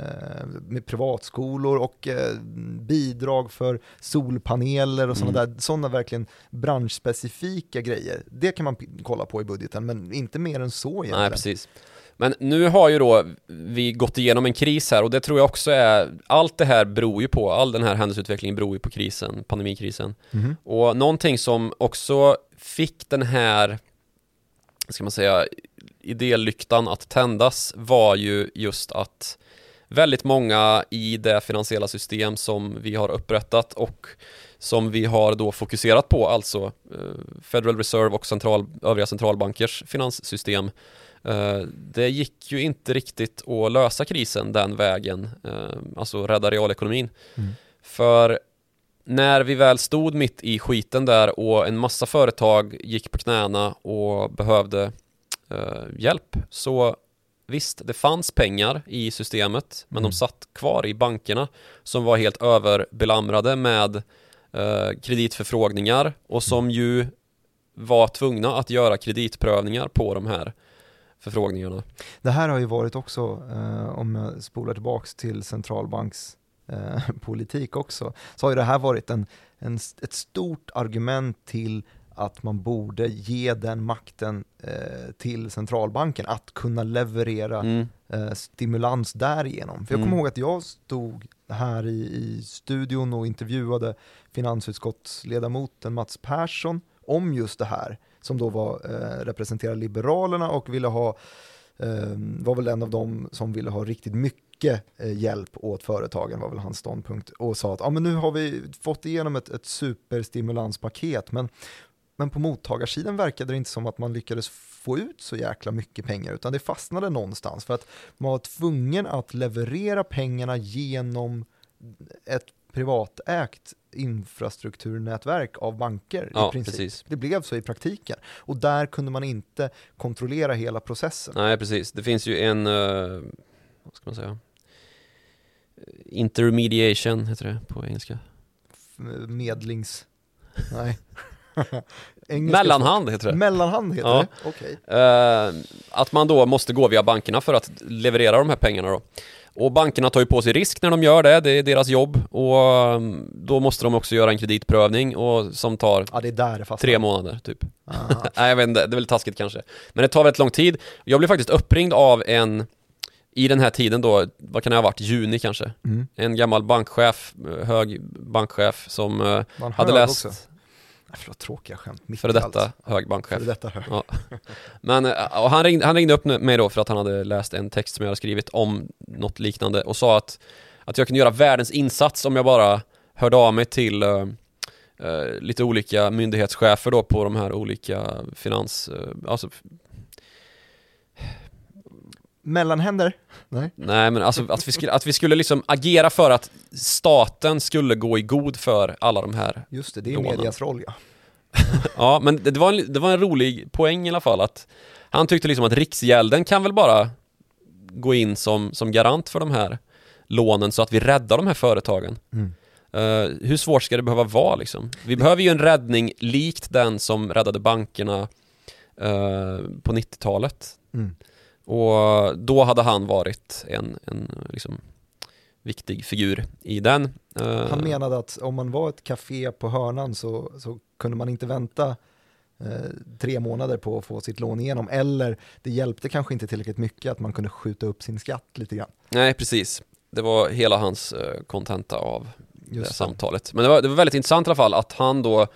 med privatskolor och bidrag för solpaneler och sådana verkligen branschspecifika grejer. Det kan man kolla på i budgeten, men inte mer än så egentligen. Nej, precis. Men nu har ju då vi gått igenom en kris här, och det tror jag också allt det här beror ju på, all den här händelseutvecklingen beror ju på krisen, pandemikrisen. Och någonting som också fick den här, ska man säga, idélyktan att tändas var ju just att väldigt många i det finansiella system som vi har upprättat och som vi har då fokuserat på, alltså Federal Reserve och övriga centralbankers finanssystem, det gick ju inte riktigt att lösa krisen den vägen, alltså rädda realekonomin. För när vi väl stod mitt i skiten där och en massa företag gick på knäna och behövde hjälp, så visst, det fanns pengar i systemet, men de satt kvar i bankerna som var helt överbelamrade med kreditförfrågningar, och som ju var tvungna att göra kreditprövningar på de här förfrågningarna. Det här har ju varit också, om jag spolar tillbaks till centralbanks politik också, så har ju det här varit ett stort argument till att man borde ge den makten till centralbanken att kunna leverera stimulans därigenom. För jag kommer ihåg att jag stod här i studion och intervjuade finansutskottsledamoten Mats Persson om just det här, som då representerade Liberalerna och ville var väl en av dem som ville ha riktigt mycket hjälp åt företagen, var väl hans ståndpunkt, och sa att men nu har vi fått igenom ett superstimulanspaket, men på mottagarsidan verkade det inte som att man lyckades få ut så jäkla mycket pengar, utan det fastnade någonstans för att man var tvungen att leverera pengarna genom ett privatägt infrastrukturnätverk av banker i princip. Precis. Det blev så i praktiken. Och där kunde man inte kontrollera hela processen. Nej, precis. Det finns ju en, vad ska man säga? Intermediation heter det på engelska. Nej. Mellanhand heter det. Mellanhand heter det, okej. Att man då måste gå via bankerna för att leverera de här pengarna då. Och bankerna tar ju på sig risk när de gör det, det är deras jobb. Och då måste de också göra en kreditprövning och som tar det är där det 3 månader typ. Nej, jag vet inte, det är väl taskigt kanske. Men det tar väldigt lång tid. Jag blev faktiskt uppringd av en, i den här tiden då, vad kan det ha varit, juni kanske. En gammal bankchef, hög bankchef som hade läst... Också. Förlåt, tråkiga skämt. För detta hög bankchef. För detta hög. Ja. Men och han ringde upp mig då för att han hade läst en text som jag hade skrivit om något liknande och sa att jag kunde göra världens insats om jag bara hörde av mig till lite olika myndighetschefer då på de här olika mellanhänder? Nej, men alltså att vi skulle liksom agera för att staten skulle gå i god för alla de här. Just det är medias roll, ja. Ja, men det var en rolig poäng i alla fall att han tyckte liksom att Riksgälden kan väl bara gå in som garant för de här lånen så att vi räddar de här företagen. Hur svårt ska det behöva vara liksom? Vi behöver ju en räddning likt den som räddade bankerna på 90-talet. Och då hade han varit en liksom viktig figur i den. Han menade att om man var ett café på hörnan så kunde man inte vänta 3 månader på att få sitt lån igenom, eller det hjälpte kanske inte tillräckligt mycket att man kunde skjuta upp sin skatt lite grann. Nej, precis. Det var hela hans kontenta av det samtalet. Men det var väldigt intressant i alla fall att han då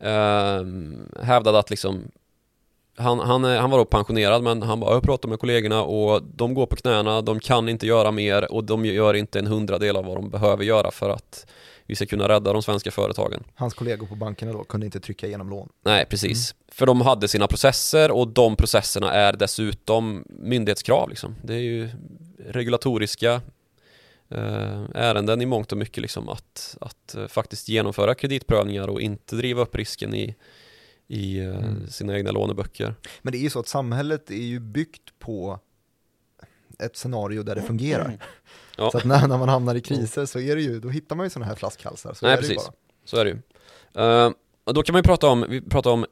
hävdade att liksom han var då pensionerad, men han bara, jag pratar med kollegorna och de går på knäna, de kan inte göra mer och de gör inte en 100-del av vad de behöver göra för att vi ska kunna rädda de svenska företagen. Hans kollegor på bankerna då kunde inte trycka igenom lån. Nej, precis. För de hade sina processer och de processerna är dessutom myndighetskrav liksom. Det är ju regulatoriska ärenden i mångt och mycket liksom att faktiskt genomföra kreditprövningar och inte driva upp risken i sina egna låneböcker. Men det är ju så att samhället är ju byggt på ett scenario där det fungerar. Så att när man hamnar i kriser så är det ju, då hittar man ju sådana här flaskhalsar. Så nej, är precis. Det ju bara. Så är det ju. Och då kan man ju prata om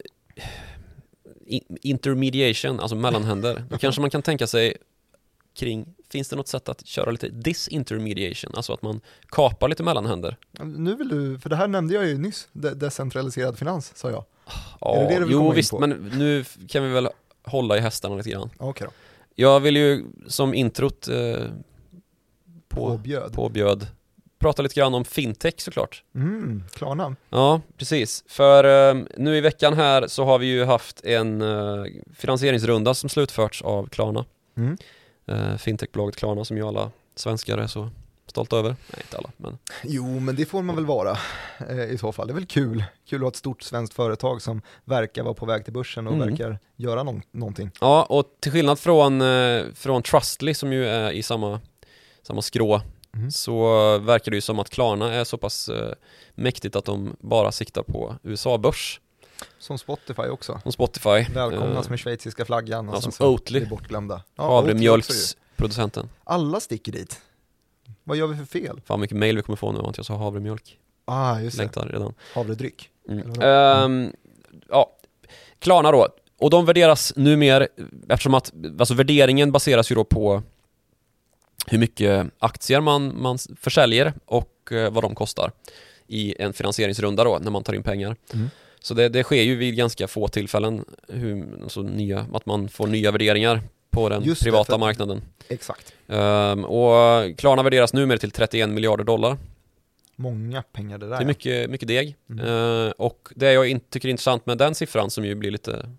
intermediation, alltså mellanhänder. Då kanske man kan tänka sig kring, finns det något sätt att köra lite disintermediation, alltså att man kapar lite mellanhänder? Nu vill du, för det här nämnde jag ju nyss, decentraliserad finans, sa jag. Ja, jo visst, men nu kan vi väl hålla i hästarna lite grann. Okej då. Jag vill ju som introt påbjöd prata lite grann om fintech såklart. Klarna. Ja, precis. För nu i veckan här så har vi ju haft en finansieringsrunda som slutförts av Klarna. Fintechbolaget Klarna som ju alla svenskar är så stolta över. Nej, inte alla, men... Jo, men det får man väl vara i så fall. Det är väl kul att ha ett stort svenskt företag som verkar vara på väg till börsen och verkar göra någonting. Ja, och till skillnad från Trustly som ju är i samma skrå så verkar det ju som att Klarna är så pass mäktigt att de bara siktar på USA-börs. Som Spotify också. Som Spotify. Välkomnas med schweiziska flaggan. Och som Oatly. Bortglömda. Havremjölksproducenten. Alla sticker dit. Vad gör vi för fel? Fan mycket mail vi kommer få nu att jag sa havremjölk. Just det. Längtar redan. Havredryck. Ja, Klarna då. Och de värderas numera, eftersom att alltså värderingen baseras ju då på hur mycket aktier man försäljer och vad de kostar i en finansieringsrunda då, när man tar in pengar. Så det sker ju vid ganska få tillfällen att man får nya värderingar på den privata marknaden. Exakt. Och Klarna värderas numera till $31 miljarder. Många pengar det där. Det är mycket deg. Och det jag tycker är intressant med den siffran som ju blir lite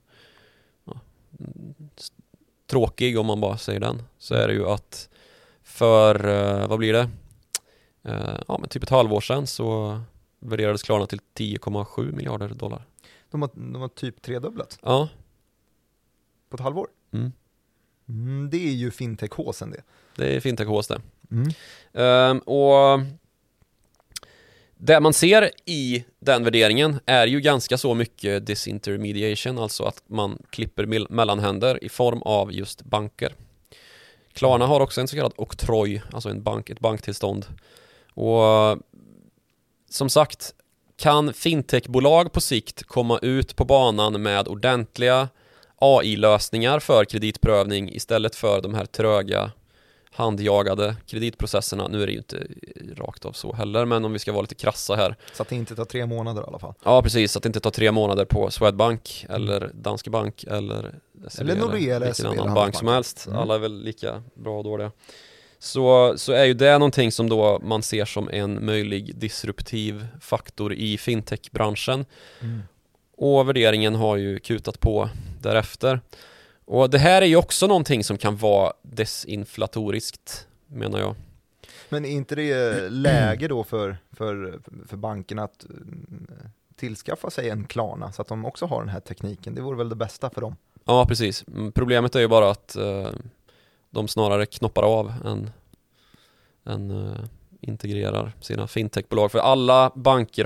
tråkig om man bara säger den, så är det ju att för, vad blir det? Men typ ett halvår sedan så värderades Klarna till $10,7 miljarder. De har typ tredubblat. Ja. på ett halvår. Det är ju fintech-håsen det. Det är fintech-hås det. Och det man ser i den värderingen är ju ganska så mycket disintermediation, alltså att man klipper mellanhänder i form av just banker. Klarna har också en så kallad oktroj, alltså ett banktillstånd. Och som sagt, kan fintechbolag på sikt komma ut på banan med ordentliga AI-lösningar för kreditprövning istället för de här tröga handjagade kreditprocesserna. Nu är det ju inte rakt av så heller, men om vi ska vara lite krassa här. Så att det inte tar 3 månader i alla fall. Ja, precis. Att det inte tar 3 månader på Swedbank eller Danske Bank eller Nordea eller vilken annan bank som helst. Mm. Alla är väl lika bra och dåliga. Så är ju det någonting som då man ser som en möjlig disruptiv faktor i fintech-branschen. Och värderingen har ju kutat på därefter. Och det här är ju också någonting som kan vara desinflatoriskt, menar jag. Men är inte det läge då för bankerna att tillskaffa sig en Klarna så att de också har den här tekniken? Det vore väl det bästa för dem? Ja, precis. Problemet är ju bara att de snarare knoppar av än integrerar sina fintechbolag. För alla banker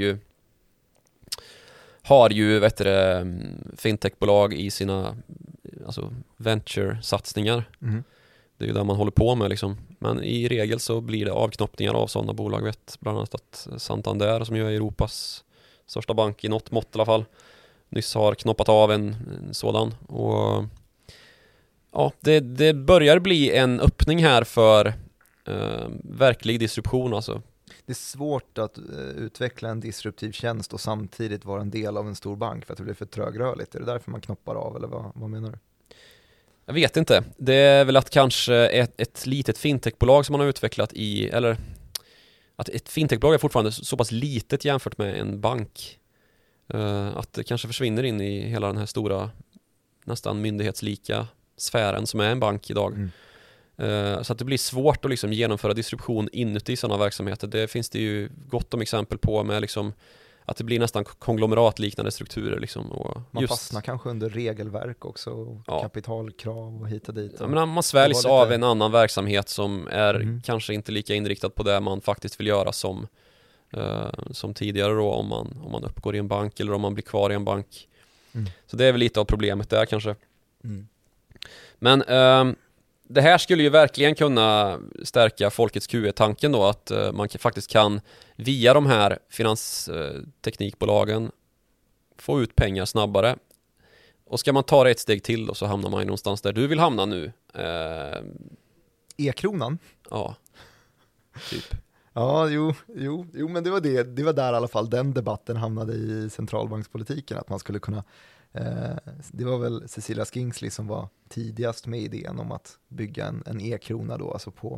har ju fintechbolag i sina venture-satsningar. Det är ju det man håller på med liksom. Men i regel så blir det avknoppningar av sådana bolag. Vet bland annat att Santander, som ju är Europas största bank i något mått i alla fall, nyss har knoppat av en sådan. Och ja, det börjar bli en öppning här för verklig disruption alltså. Det är svårt att utveckla en disruptiv tjänst och samtidigt vara en del av en stor bank för att det blir för trögrörligt. Är det därför man knoppar av eller vad menar du? Jag vet inte. Det är väl att kanske ett litet fintechbolag som man har utvecklat eller att ett fintechbolag är fortfarande så pass litet jämfört med en bank. Att det kanske försvinner in i hela den här stora, nästan myndighetslika sfären som är en bank idag. Så att det blir svårt att liksom genomföra disruption inuti sådana verksamheter. Det finns det ju gott om exempel på med liksom att det blir nästan konglomeratliknande strukturer liksom. Och man fastnar kanske under regelverk också och kapitalkrav och hit och dit. Ja, men man sväljs av en annan verksamhet som är kanske inte lika inriktad på det man faktiskt vill göra som tidigare då, om man uppgår i en bank eller om man blir kvar i en bank. Så det är väl lite av problemet där kanske. Men det här skulle ju verkligen kunna stärka folkets QE-tanken då, att man faktiskt kan via de här finansteknikbolagen få ut pengar snabbare. Och ska man ta det ett steg till då, så hamnar man ju någonstans där du vill hamna nu. E-kronan? Ja, typ. Ja, jo, men det var där i alla fall den debatten hamnade i centralbankspolitiken, att man skulle kunna det var väl Cecilia Skingsley som var tidigast med idén om att bygga en e-krona då, alltså på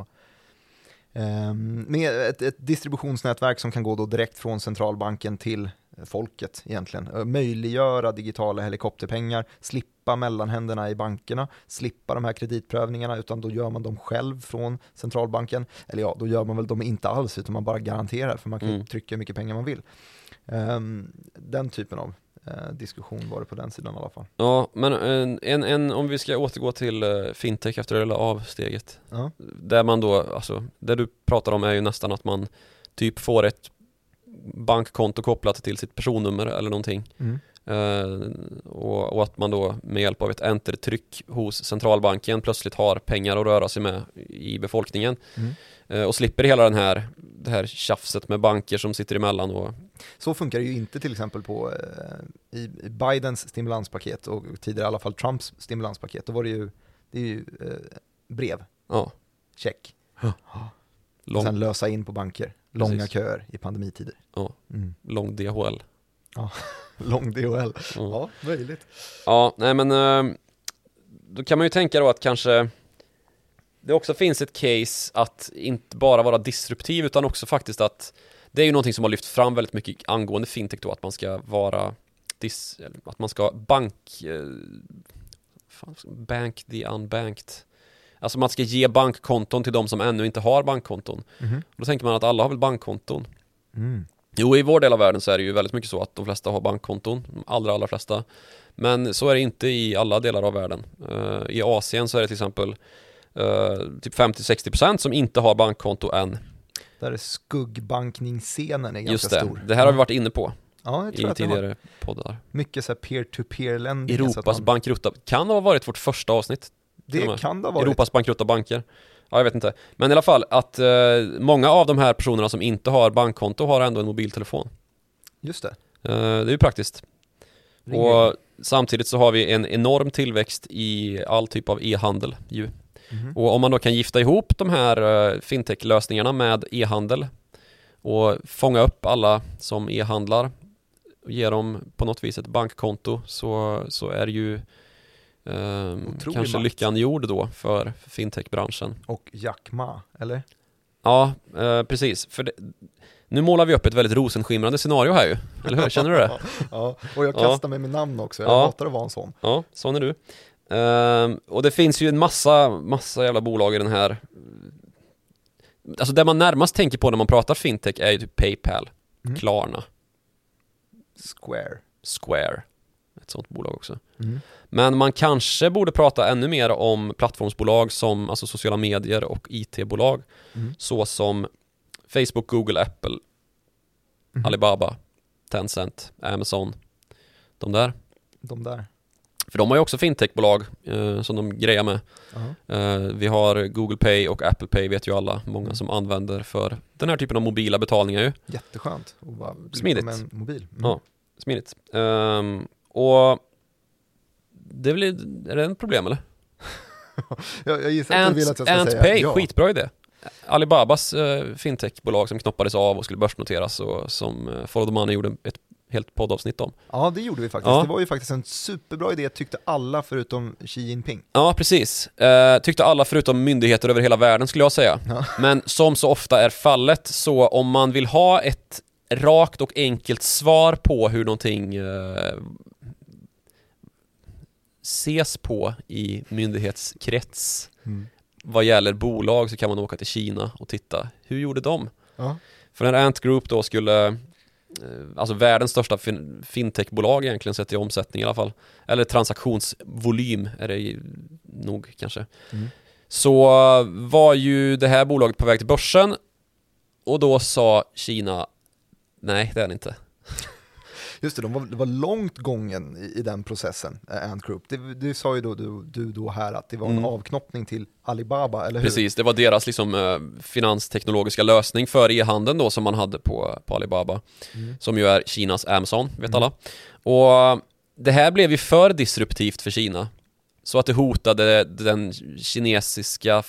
med ett distributionsnätverk som kan gå då direkt från centralbanken till folket egentligen. Möjliggöra digitala helikopterpengar, slippa mellanhänderna i bankerna, slippa de här kreditprövningarna, utan då gör man dem själv från centralbanken. Eller ja, då gör man väl dem inte alls, utan man bara garanterar, för man kan trycka hur mycket pengar man vill. Den typen av diskussion var det på den sidan i alla fall. Ja, men om vi ska återgå till fintech efter det lilla avsteget. Där man då, alltså, det du pratar om är ju nästan att man typ får ett bankkonto kopplat till sitt personnummer eller någonting. Och att man då med hjälp av ett entertryck hos centralbanken plötsligt har pengar att röra sig med i befolkningen. Och slipper hela det här tjafset med banker som sitter emellan. Och så funkar det ju inte till exempel på i Bidens stimulanspaket och tidigare i alla fall Trumps stimulanspaket. Då var det är ju brev. Ja. Check. Och sen lösa in på banker. Långa köer i pandemitider. Ja. Lång DHL. Ja, lång DHL. Ja, möjligt. Ja, nej men då kan man ju tänka då att kanske det också finns ett case att inte bara vara disruptiv, utan också faktiskt att det är ju någonting som har lyft fram väldigt mycket angående fintech då, att man ska vara att man ska bank the unbanked. Alltså man ska ge bankkonton till de som ännu inte har bankkonton. Då tänker man att alla har väl bankkonton. Jo, i vår del av världen så är det ju väldigt mycket så att de flesta har bankkonton, de allra flesta. Men så är det inte i alla delar av världen. I Asien så är det till exempel typ 50-60% som inte har bankkonto än. Där är skuggbankningsscenen är ganska Just det. stor. Det här har vi varit inne på Ja, i tidigare poddar. Mycket så här peer-to-peer-ländning. Europas bankrutta kan ha varit vårt första avsnitt. Det kan det ha varit. Europas bankrutta banker. Ja, jag vet inte. Men i alla fall att många av de här personerna som inte har bankkonto har ändå en mobiltelefon. Just det. Det är ju praktiskt. Och samtidigt så har vi en enorm tillväxt i all typ av e-handel ju. Och om man då kan gifta ihop de här fintech-lösningarna med e-handel och fånga upp alla som e-handlar och ge dem på något vis ett bankkonto så är det ju kanske lyckan gjord då för fintech-branschen. Och Jack Ma, eller? Ja, precis. För nu målar vi upp ett väldigt rosenskimrande scenario här ju. Eller hur? Känner du det? Ja, och jag kastar mig med namn också. Jag hatar att vara en sån. Ja, sån är du. Och det finns ju en massa jävla bolag i den här. Alltså det man närmast tänker på när man pratar fintech är ju typ PayPal, Klarna, Square, ett sånt bolag också. Men man kanske borde prata ännu mer om plattformsbolag som alltså sociala medier och IT-bolag så som Facebook, Google, Apple, Alibaba, Tencent, Amazon, de där. För de har ju också fintechbolag som de grejer med. Vi har Google Pay och Apple Pay, vet ju alla. Många som använder för den här typen av mobila betalningar ju. Jätteskönt. Och bara smidigt. Med en mobil. Ja, smidigt. Och det är det ett problem eller? jag gissar att du vill att jag ska säga Pay, ja. skitbra idé. Alibabas fintechbolag som knoppades av och skulle börsnoteras och som Follow the Money gjorde ett helt poddavsnitt om. Ja, det gjorde vi faktiskt. Ja. Det var ju faktiskt en superbra idé, tyckte alla förutom Xi Jinping. Ja, precis. Tyckte alla förutom myndigheter över hela världen skulle jag säga. Ja. Men som så ofta är fallet, så om man vill ha ett rakt och enkelt svar på hur någonting ses på i myndighetskrets vad gäller bolag, så kan man åka till Kina och titta. Hur gjorde de? Ja. För när Ant Group då skulle, alltså världens största fintechbolag egentligen sett i omsättning i alla fall, eller transaktionsvolym är det nog kanske, så var ju det här bolaget på väg till börsen och då sa Kina nej, det är det inte. Just det, det var långt gången i den processen, Ant Group. Det sa ju du då här att det var en avknoppning till Alibaba, eller hur? Precis, det var deras liksom, finansteknologiska lösning för e-handeln då som man hade på Alibaba. Som ju är Kinas Amazon, vet alla. Och det här blev ju för disruptivt för Kina. Så att det hotade det kinesiska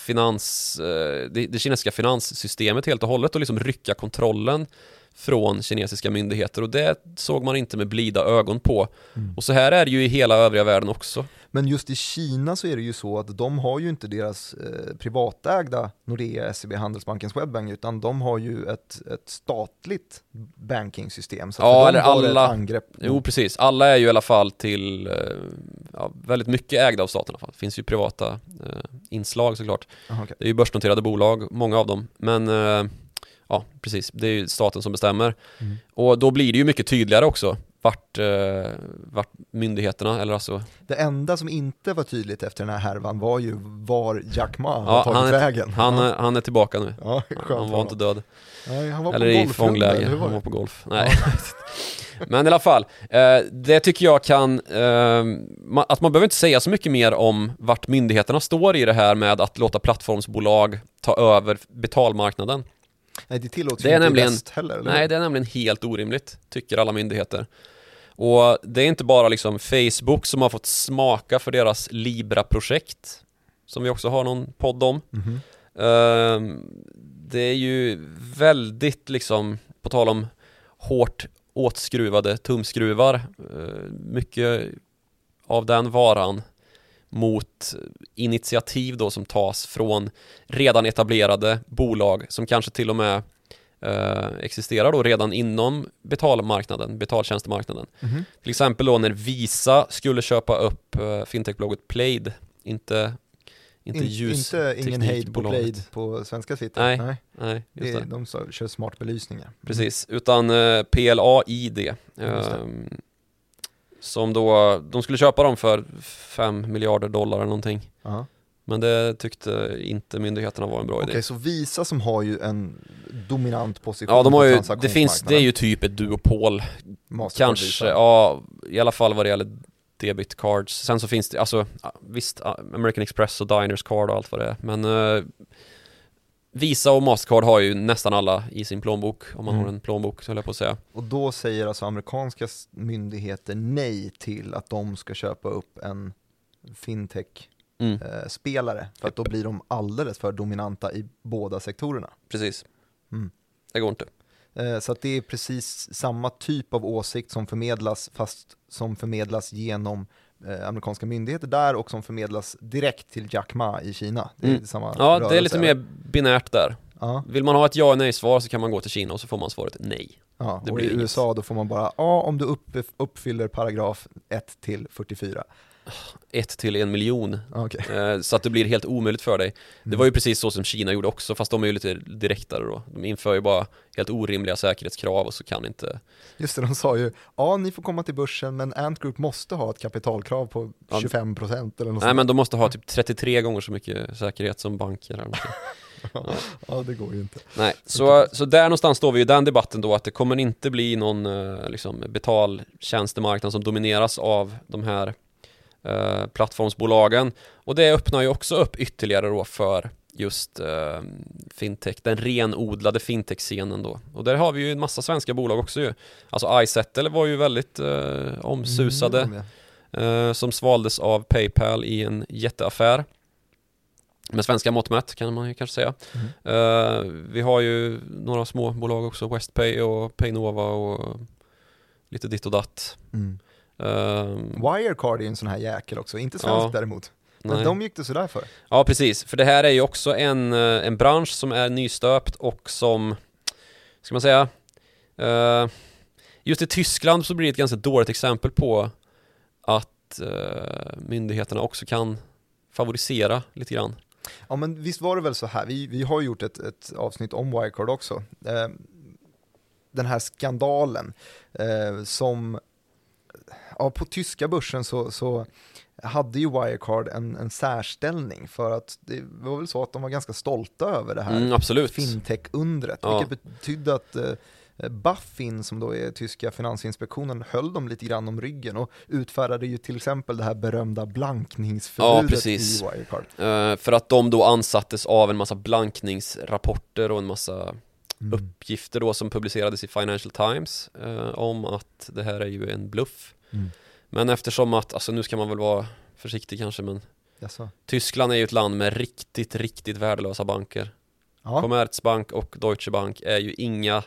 finanssystemet helt och hållet och liksom rycka kontrollen från kinesiska myndigheter, och det såg man inte med blida ögon på. Och så här är det ju i hela övriga världen också. Men just i Kina så är det ju så att de har ju inte deras privatägda Nordea, SEB, Handelsbanken, Swedbank, utan de har ju ett statligt bankingsystem. Så ja, eller alla. Angrepp. Jo, precis. Alla är ju i alla fall till väldigt mycket ägda av staten i alla fall. Det finns ju privata inslag såklart. Aha, okay. Det är ju börsnoterade bolag, många av dem. Men ja, precis. Det är ju staten som bestämmer. Och då blir det ju mycket tydligare också vart myndigheterna, eller alltså... Det enda som inte var tydligt efter den här härvan var ju var Jack Ma har tagit vägen. Han är tillbaka nu. Ja, han var inte död. Nej, han var eller på i fångläge. Han var på golf. Nej. Men i alla fall, det tycker jag kan... att man behöver inte säga så mycket mer om vart myndigheterna står i det här med att låta plattformsbolag ta över betalmarknaden. Nej, det tillåts det är inte nämligen, i väst heller, eller? Nej, det är nämligen helt orimligt, tycker alla myndigheter. Och det är inte bara liksom Facebook som har fått smaka för deras Libra-projekt, som vi också har någon podd om. Det är ju väldigt liksom, på tal om hårt åtskruvade tumskruvar, mycket av den varan mot initiativ då som tas från redan etablerade bolag som kanske till och med existerar då redan inom betaltjänstemarknaden. Till exempel då när Visa skulle köpa upp fintechbolaget Plaid, inte ingen hejd på Plaid på svenska Twitter. Nej, just det. De kör smart belysningar. Precis, utan PLAID. som då, de skulle köpa dem för $5 miljarder eller någonting. Ja. Men det tyckte inte myndigheterna var en bra idé. Okej, så Visa som har ju en dominant position Ja, de har på ju, transaktionsmarknaden. det är ju typ ett duopol. Mastercard, Kanske, Visa. ja, i alla fall vad det gäller debit cards. Sen så finns det, alltså visst, American Express och Diners Card och allt vad det är. Men Visa och Mastercard har ju nästan alla i sin plånbok, om man har en plånbok, så höll jag på att säga. Och då säger alltså amerikanska myndigheter nej till att de ska köpa upp en fintech-spelare, för att då blir de alldeles för dominanta i båda sektorerna. Precis. Mm. Det går inte. Så att det är precis samma typ av åsikt som förmedlas, fast som förmedlas genom amerikanska myndigheter där och som förmedlas direkt till Jack Ma i Kina. Det är samma Ja, rörelse, det är lite mer binärt där. Ja. Vill man ha ett ja- och nej-svar så kan man gå till Kina och så får man svaret nej. Ja, Det och blir i inget. USA då får man bara, ja, om du uppfyller paragraf 1-44. 1 till 1 miljon. Okay. Så att det blir helt omöjligt för dig. Det var ju precis så som Kina gjorde också, fast de är ju lite direktare då. De inför ju bara helt orimliga säkerhetskrav och så kan inte... Just det, de sa ju, ja, ni får komma till börsen, men Ant Group måste ha ett kapitalkrav på 25% eller något. Nej, men de måste ha typ 33 gånger så mycket säkerhet som banker eller något. Ja, det går ju inte. Nej, så där någonstans står vi i den debatten då, att det kommer inte bli någon liksom betaltjänstemarknad som domineras av de här plattformsbolagen, och det öppnar ju också upp ytterligare då för just fintech, den renodlade fintech-scenen då. Och där har vi ju en massa svenska bolag också ju. Alltså iSettle var ju väldigt omsusade, som svaldes av PayPal i en jätteaffär. Med svenska mått mätt kan man ju kanske säga. Vi har ju några små bolag också, Westpay och Paynova och lite ditt och datt. Wirecard är en sån här jäkel också, inte svensk däremot. Men nej. de gick det sådär för. Ja, precis. För det här är ju också en bransch som är nystöpt och som, ska man säga, just i Tyskland så blir det ett ganska dåligt exempel på att myndigheterna också kan favorisera lite grann. Ja, men visst var det väl så här, vi har gjort ett avsnitt om Wirecard också. Den här skandalen som, ja, på tyska börsen så hade ju Wirecard en särställning, för att det var väl så att de var ganska stolta över det här fintech-undret, vilket betydde att Buffin, som då är tyska finansinspektionen, höll dem lite grann om ryggen och utfärdade ju till exempel det här berömda blankningsförbudet i Wirecard. För att de då ansattes av en massa blankningsrapporter och en massa uppgifter då som publicerades i Financial Times om att det här är ju en bluff. Men eftersom att, alltså nu ska man väl vara försiktig kanske, men Tyskland är ju ett land med riktigt, riktigt värdelösa banker. Ja. Commerzbank och Deutsche Bank är ju inga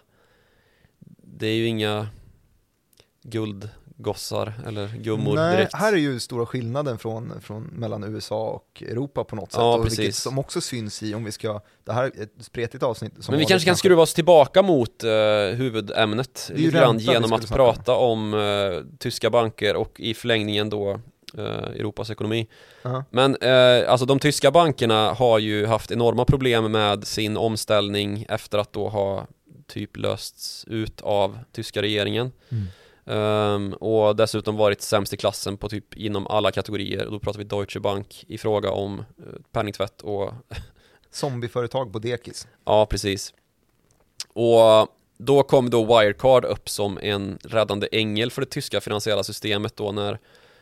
guldgossar eller gummor. Nej, direkt. Här är ju stora skillnaden från mellan USA och Europa på något sätt. Ja, och precis. Vilket som också syns i, om vi ska, det här är ett spretigt avsnitt. Som men vi kanske kan skruva oss tillbaka mot huvudämnet lite grann genom att prata om tyska banker och i förlängningen då Europas ekonomi. Men alltså de tyska bankerna har ju haft enorma problem med sin omställning efter att då ha typ lösts ut av tyska regeringen. Och dessutom varit sämst i klassen på typ inom alla kategorier. Och då pratar vi Deutsche Bank i fråga om penningtvätt och zombieföretag på dekis. Ja, precis. Och då kom då Wirecard upp som en räddande ängel för det tyska finansiella systemet då när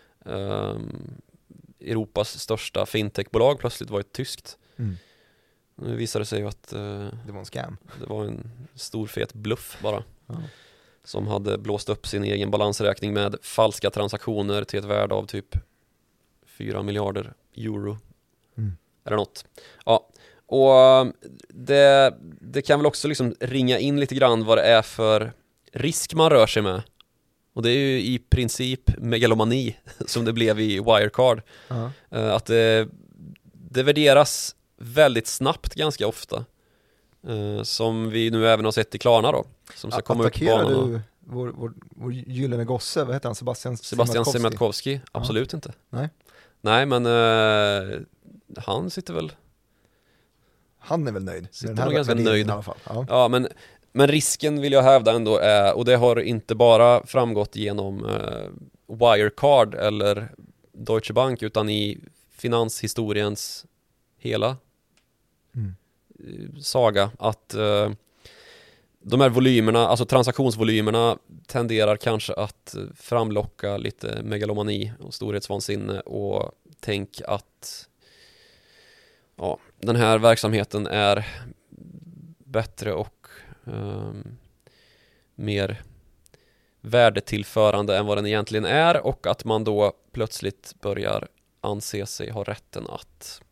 Europas största fintechbolag plötsligt var ett tyskt. Nu visade det sig ju att det var en scam. Det var en stor fet bluff bara. Som hade blåst upp sin egen balansräkning med falska transaktioner till ett värde av typ 4 miljarder euro. Eller något. Ja. Och det kan väl också liksom ringa in lite grann vad det är för risk man rör sig med. Och det är ju i princip megalomani som det blev i Wirecard. Att det värderas väldigt snabbt ganska ofta. Som vi nu även har sett i Klarna då. Som ska komma upp på banan. Du vår gyllene gosse, vad heter han? Sebastian Siemiatkowski? Absolut inte. Nej, men han sitter väl... Han är väl nöjd. Sitter nog ganska nöjd. I alla fall. Ja, men risken vill jag hävda ändå är, och det har inte bara framgått genom Wirecard eller Deutsche Bank utan i finanshistoriens hela saga, att de här volymerna, alltså transaktionsvolymerna tenderar kanske att framlocka lite megalomani och storhetsvansinne och tänk att den här verksamheten är bättre och mer värdetillförande än vad den egentligen är, och att man då plötsligt börjar anse sig ha rätten att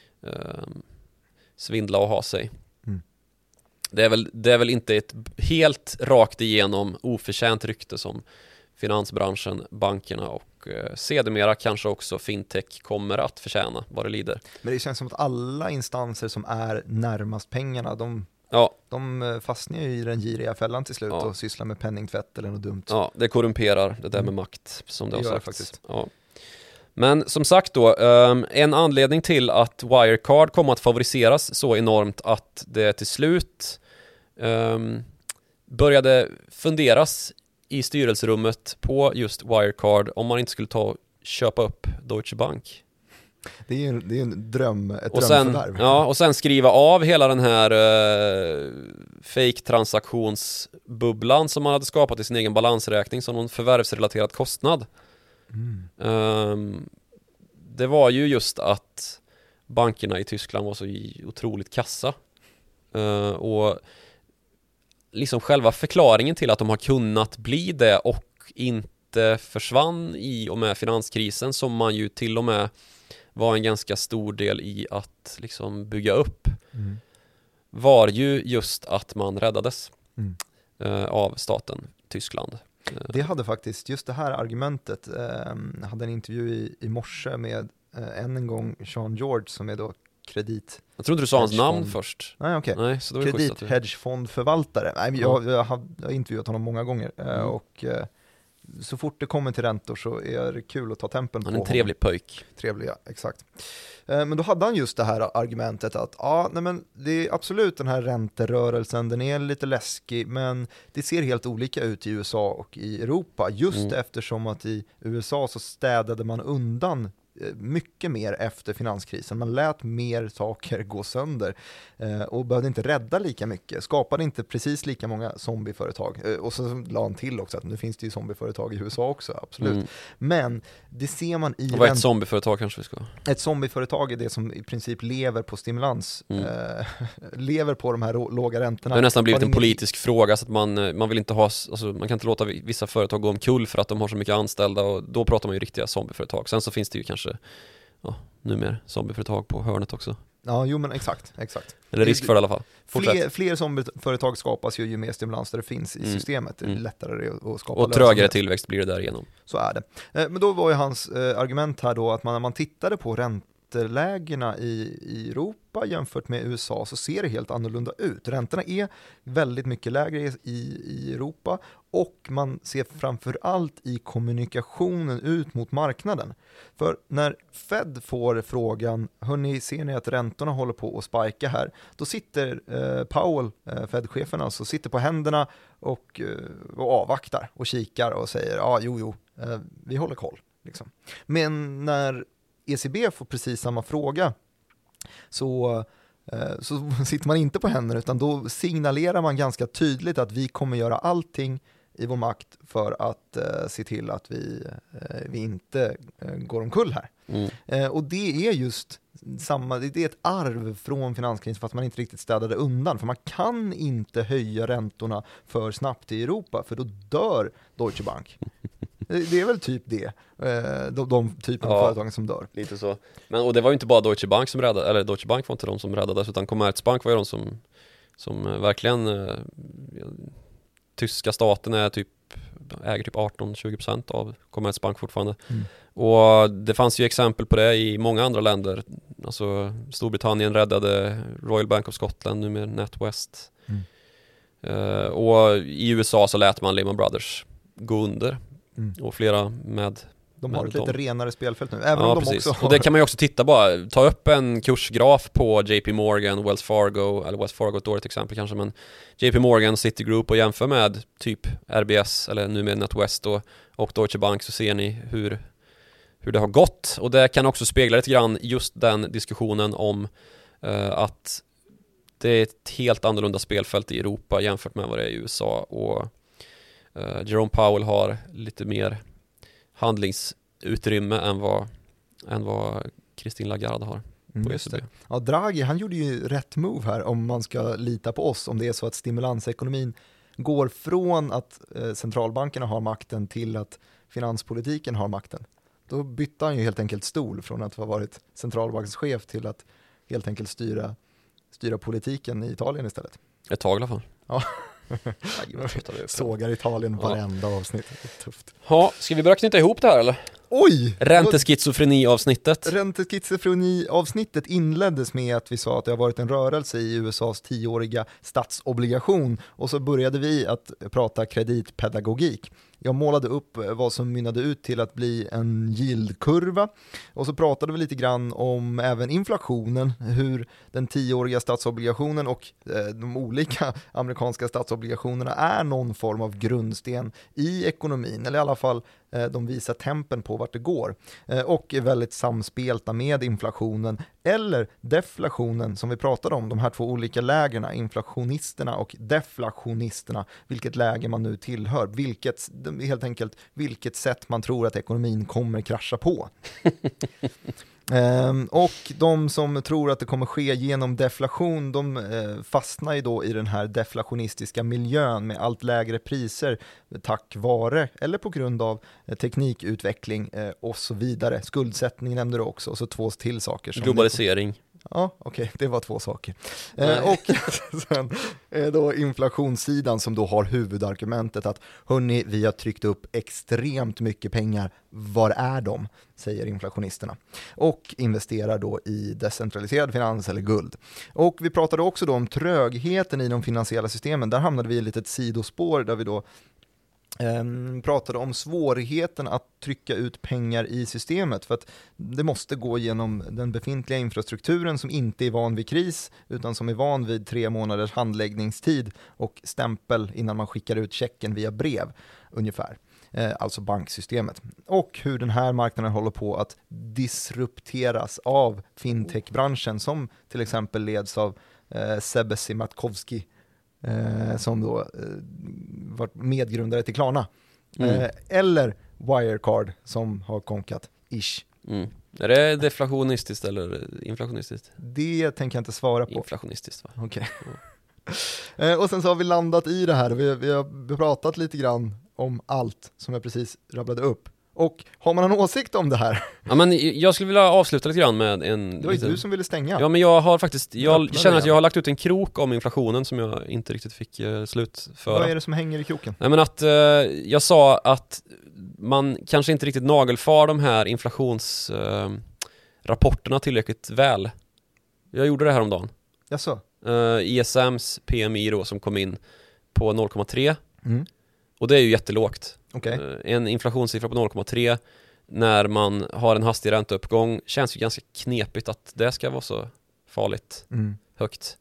svindla och ha sig. Det är väl inte ett helt rakt igenom oförtjänt rykte som finansbranschen, bankerna och sedermera kanske också fintech kommer att förtjäna vad det lider. Men det känns som att alla instanser som är närmast pengarna, de fastnar ju i den giriga fällan till slut och sysslar med penningtvätt eller något dumt. Ja, det korrumperar, det där med makt som det har sagt. Faktiskt. Ja. Men som sagt då, en anledning till att Wirecard kommer att favoriseras så enormt att det till slut började funderas i styrelserummet på just Wirecard om man inte skulle ta och köpa upp Deutsche Bank. Det är ju en dröm, ett drömförvärv. Ja, och sen skriva av hela den här fake-transaktionsbubblan som man hade skapat i sin egen balansräkning som någon förvärvsrelaterad kostnad. Det var ju just att bankerna i Tyskland var så otroligt kassa. Och liksom själva förklaringen till att de har kunnat bli det och inte försvann i och med finanskrisen, som man ju till och med var en ganska stor del i att liksom bygga upp, var ju just att man räddades av staten Tyskland. Det hade faktiskt, just det här argumentet, hade en intervju i morse med än en gång Sean George som är då Jag trodde du sa hans namn först. Nej, okej. Nej, så då är det kredithedgefondförvaltare. Nej, jag har intervjuat honom många gånger och så fort det kommer till räntor så är det kul att ta tempen på honom. Han är en trevlig pojk. Trevlig, ja, exakt. Men då hade han just det här argumentet att men det är absolut den här ränterörelsen, den är lite läskig, men det ser helt olika ut i USA och i Europa, just eftersom att i USA så städade man undan mycket mer efter finanskrisen. Man lät mer saker gå sönder och behövde inte rädda lika mycket. Skapade inte precis lika många zombieföretag. Och så la han till också att nu finns det ju zombieföretag i USA också, absolut. Men det ser man i... Och vad är ett zombieföretag kanske vi ska? Ett zombieföretag är det som i princip lever på stimulans. Lever på de här låga räntorna. Det har nästan blivit en politisk fråga så att man vill inte ha, alltså man kan inte låta vissa företag gå omkull för att de har så mycket anställda, och då pratar man ju riktiga zombieföretag. Sen så finns det ju kanske numera zombieföretag på hörnet också. Ja, jo men exakt. Eller risk för det i alla fall. Fler zombieföretag skapas ju mer stimulans där det finns i systemet. Det är lättare att skapa. Och trögare tillväxt blir det därigenom. Så är det. Men då var ju hans argument här då att när man tittade på räntelägena i Europa jämfört med USA så ser det helt annorlunda ut. Räntorna är väldigt mycket lägre i Europa, och man ser framförallt i kommunikationen ut mot marknaden. För när Fed får frågan, hörni, ser ni att räntorna håller på att spika här? Då sitter Powell, Fed-chefen alltså, sitter på händerna och avvaktar och kikar och säger, vi håller koll. Liksom. Men när ECB får precis samma fråga så sitter man inte på händerna, utan då signalerar man ganska tydligt att vi kommer göra allting i vår makt för att se till att vi inte går omkull här. Och det är just samma, det är ett arv från finanskrisen för att man inte riktigt städade undan, för man kan inte höja räntorna för snabbt i Europa, för då dör Deutsche Bank. Det är väl typ det, de typen av företagen som dör. Lite så. Men, och det var ju inte bara Deutsche Bank som räddade, eller Deutsche Bank var inte de som räddades, utan Commerzbank var ju de som verkligen tyska staten äger typ 18-20% av Commerzbank fortfarande. Och det fanns ju exempel på det i många andra länder. Alltså Storbritannien räddade Royal Bank of Scotland, nu med NatWest. Och i USA så lät man Lehman Brothers gå under. Och flera med De Men har ett lite renare spelfält nu, även Ja, om de precis. också har... Och det kan man ju också titta bara, ta upp en kursgraf på JP Morgan, Wells Fargo, eller Wells Fargo ett dåligt exempel kanske, men JP Morgan, Citigroup, och jämför med typ RBS eller nu med NatWest och Deutsche Bank, så ser ni hur det har gått. Och det kan också spegla lite grann just den diskussionen om att det är ett helt annorlunda spelfält i Europa jämfört med vad det är i USA, och Jerome Powell har lite mer handlingsutrymme än vad Christine Lagarde har på ECB. Ja, Draghi, han gjorde ju rätt move här om man ska lita på oss, om det är så att stimulansekonomin går från att centralbankerna har makten till att finanspolitiken har makten. Då bytte han ju helt enkelt stol från att ha varit centralbankschef till att helt enkelt styra politiken i Italien istället. Ett tag i alla fall. Ja. Sågar Italien varenda avsnitt. Det är tufft. Ja, ska vi börja knyta ihop det här eller? Oj! Ränteskizofreni-avsnittet. Ränteskizofreni-avsnittet inleddes med att vi sa att det har varit en rörelse i USAs 10-åriga statsobligation, och så började vi att prata kreditpedagogik. Jag målade upp vad som mynnade ut till att bli en yieldkurva, och så pratade vi lite grann om även inflationen, hur den 10-åriga statsobligationen och de olika amerikanska statsobligationerna är någon form av grundsten i ekonomin, eller i alla fall de visar tempen på vart det går, och är väldigt samspelta med inflationen eller deflationen som vi pratade om, de här två olika lägerna, inflationisterna och deflationisterna, vilket läge man nu tillhör, helt enkelt vilket sätt man tror att ekonomin kommer krascha på. Och de som tror att det kommer ske genom deflation, de fastnar ju då i den här deflationistiska miljön med allt lägre priser tack vare eller på grund av teknikutveckling och så vidare. Skuldsättning nämnde du också, och så 2 till saker. Globalisering. Ja, okej, det var 2 saker. Och sen då inflationssidan som då har huvudargumentet att hörni, vi har tryckt upp extremt mycket pengar, var är de? Säger inflationisterna. Och investerar då i decentraliserad finans eller guld. Och vi pratade också då om trögheten i de finansiella systemen. Där hamnade vi i ett litet sidospår där vi då pratade om svårigheten att trycka ut pengar i systemet, för att det måste gå genom den befintliga infrastrukturen som inte är van vid kris utan som är van vid 3 månaders handläggningstid och stämpel innan man skickar ut checken via brev ungefär. Alltså banksystemet. Och hur den här marknaden håller på att disrupteras av fintech-branschen, som till exempel leds av Sebbe Simatkovsky, som då var medgrundare till Klarna. Eller Wirecard som har konkat ish. Är det deflationistiskt eller inflationistiskt? Det tänker jag inte svara på. Inflationistiskt, va? Okej. Och sen så har vi landat i det här. Vi har pratat lite grann om allt som jag precis rabblade upp. Och har man en åsikt om det här? Ja, men jag skulle vilja avsluta lite grann med en... Det var ju du som ville stänga. Ja, men jag har faktiskt... Jag känner att jag har lagt ut en krok om inflationen som jag inte riktigt fick slutföra. Vad är det som hänger i kroken? Nej, men att jag sa att man kanske inte riktigt nagelfar de här inflationsrapporterna tillräckligt väl. Jag gjorde det här om dagen. Jaså? ISMs PMI då som kom in på 0,3. Mm. Och det är ju jättelågt. Okay. En inflationssiffra på 0,3 när man har en hastig ränteuppgång känns ju ganska knepigt att det ska vara så farligt högt.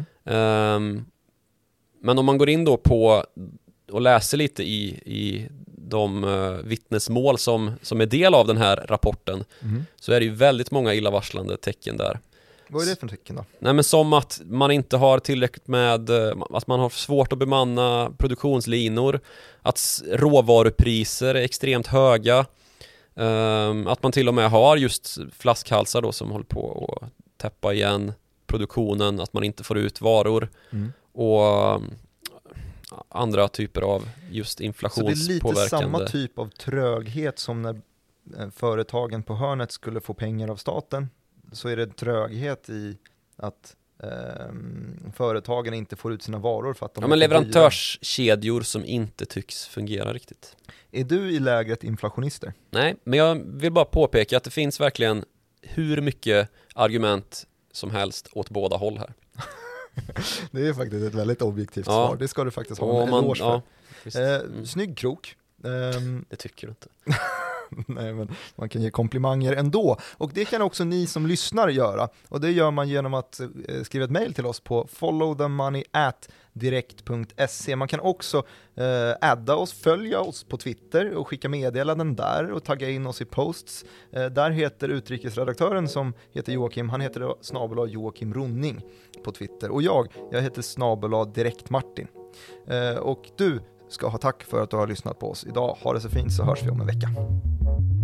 Men om man går in då på och läser lite i de vittnesmål som är del av den här rapporten, så är det ju väldigt många illavarslande tecken där. Vad är det för tecken då? Nej, men som att man inte har tillräckligt med, att man har svårt att bemanna produktionslinor, att råvarupriser är extremt höga, att man till och med har just flaskhalsar då som håller på att täppa igen produktionen, att man inte får ut varor och andra typer av just inflationspåverkande. Så det är lite samma typ av tröghet som när företagen på hörnet skulle få pengar av staten. Så är det tröghet i att företagen inte får ut sina varor för att de men leverantörskedjor som inte tycks fungera riktigt. Är du i lägret inflationister? Nej, men jag vill bara påpeka att det finns verkligen hur mycket argument som helst åt båda håll här. Det är faktiskt ett väldigt objektivt svar. Det ska du faktiskt ha en eloge för. Snygg krok. Det tycker du inte. Nej, men man kan ge komplimanger ändå. Och det kan också ni som lyssnar göra. Och det gör man genom att skriva ett mejl till oss på followthemoney@direkt.se. Man kan också adda oss, följa oss på Twitter och skicka meddelanden där och tagga in oss i posts. Där heter utrikesredaktören som heter Joakim, han heter @ Joakim Ronning på Twitter. Och jag heter @ Direkt Martin. Och du ska ha tack för att du har lyssnat på oss idag. Ha det så fint, så hörs vi om en vecka.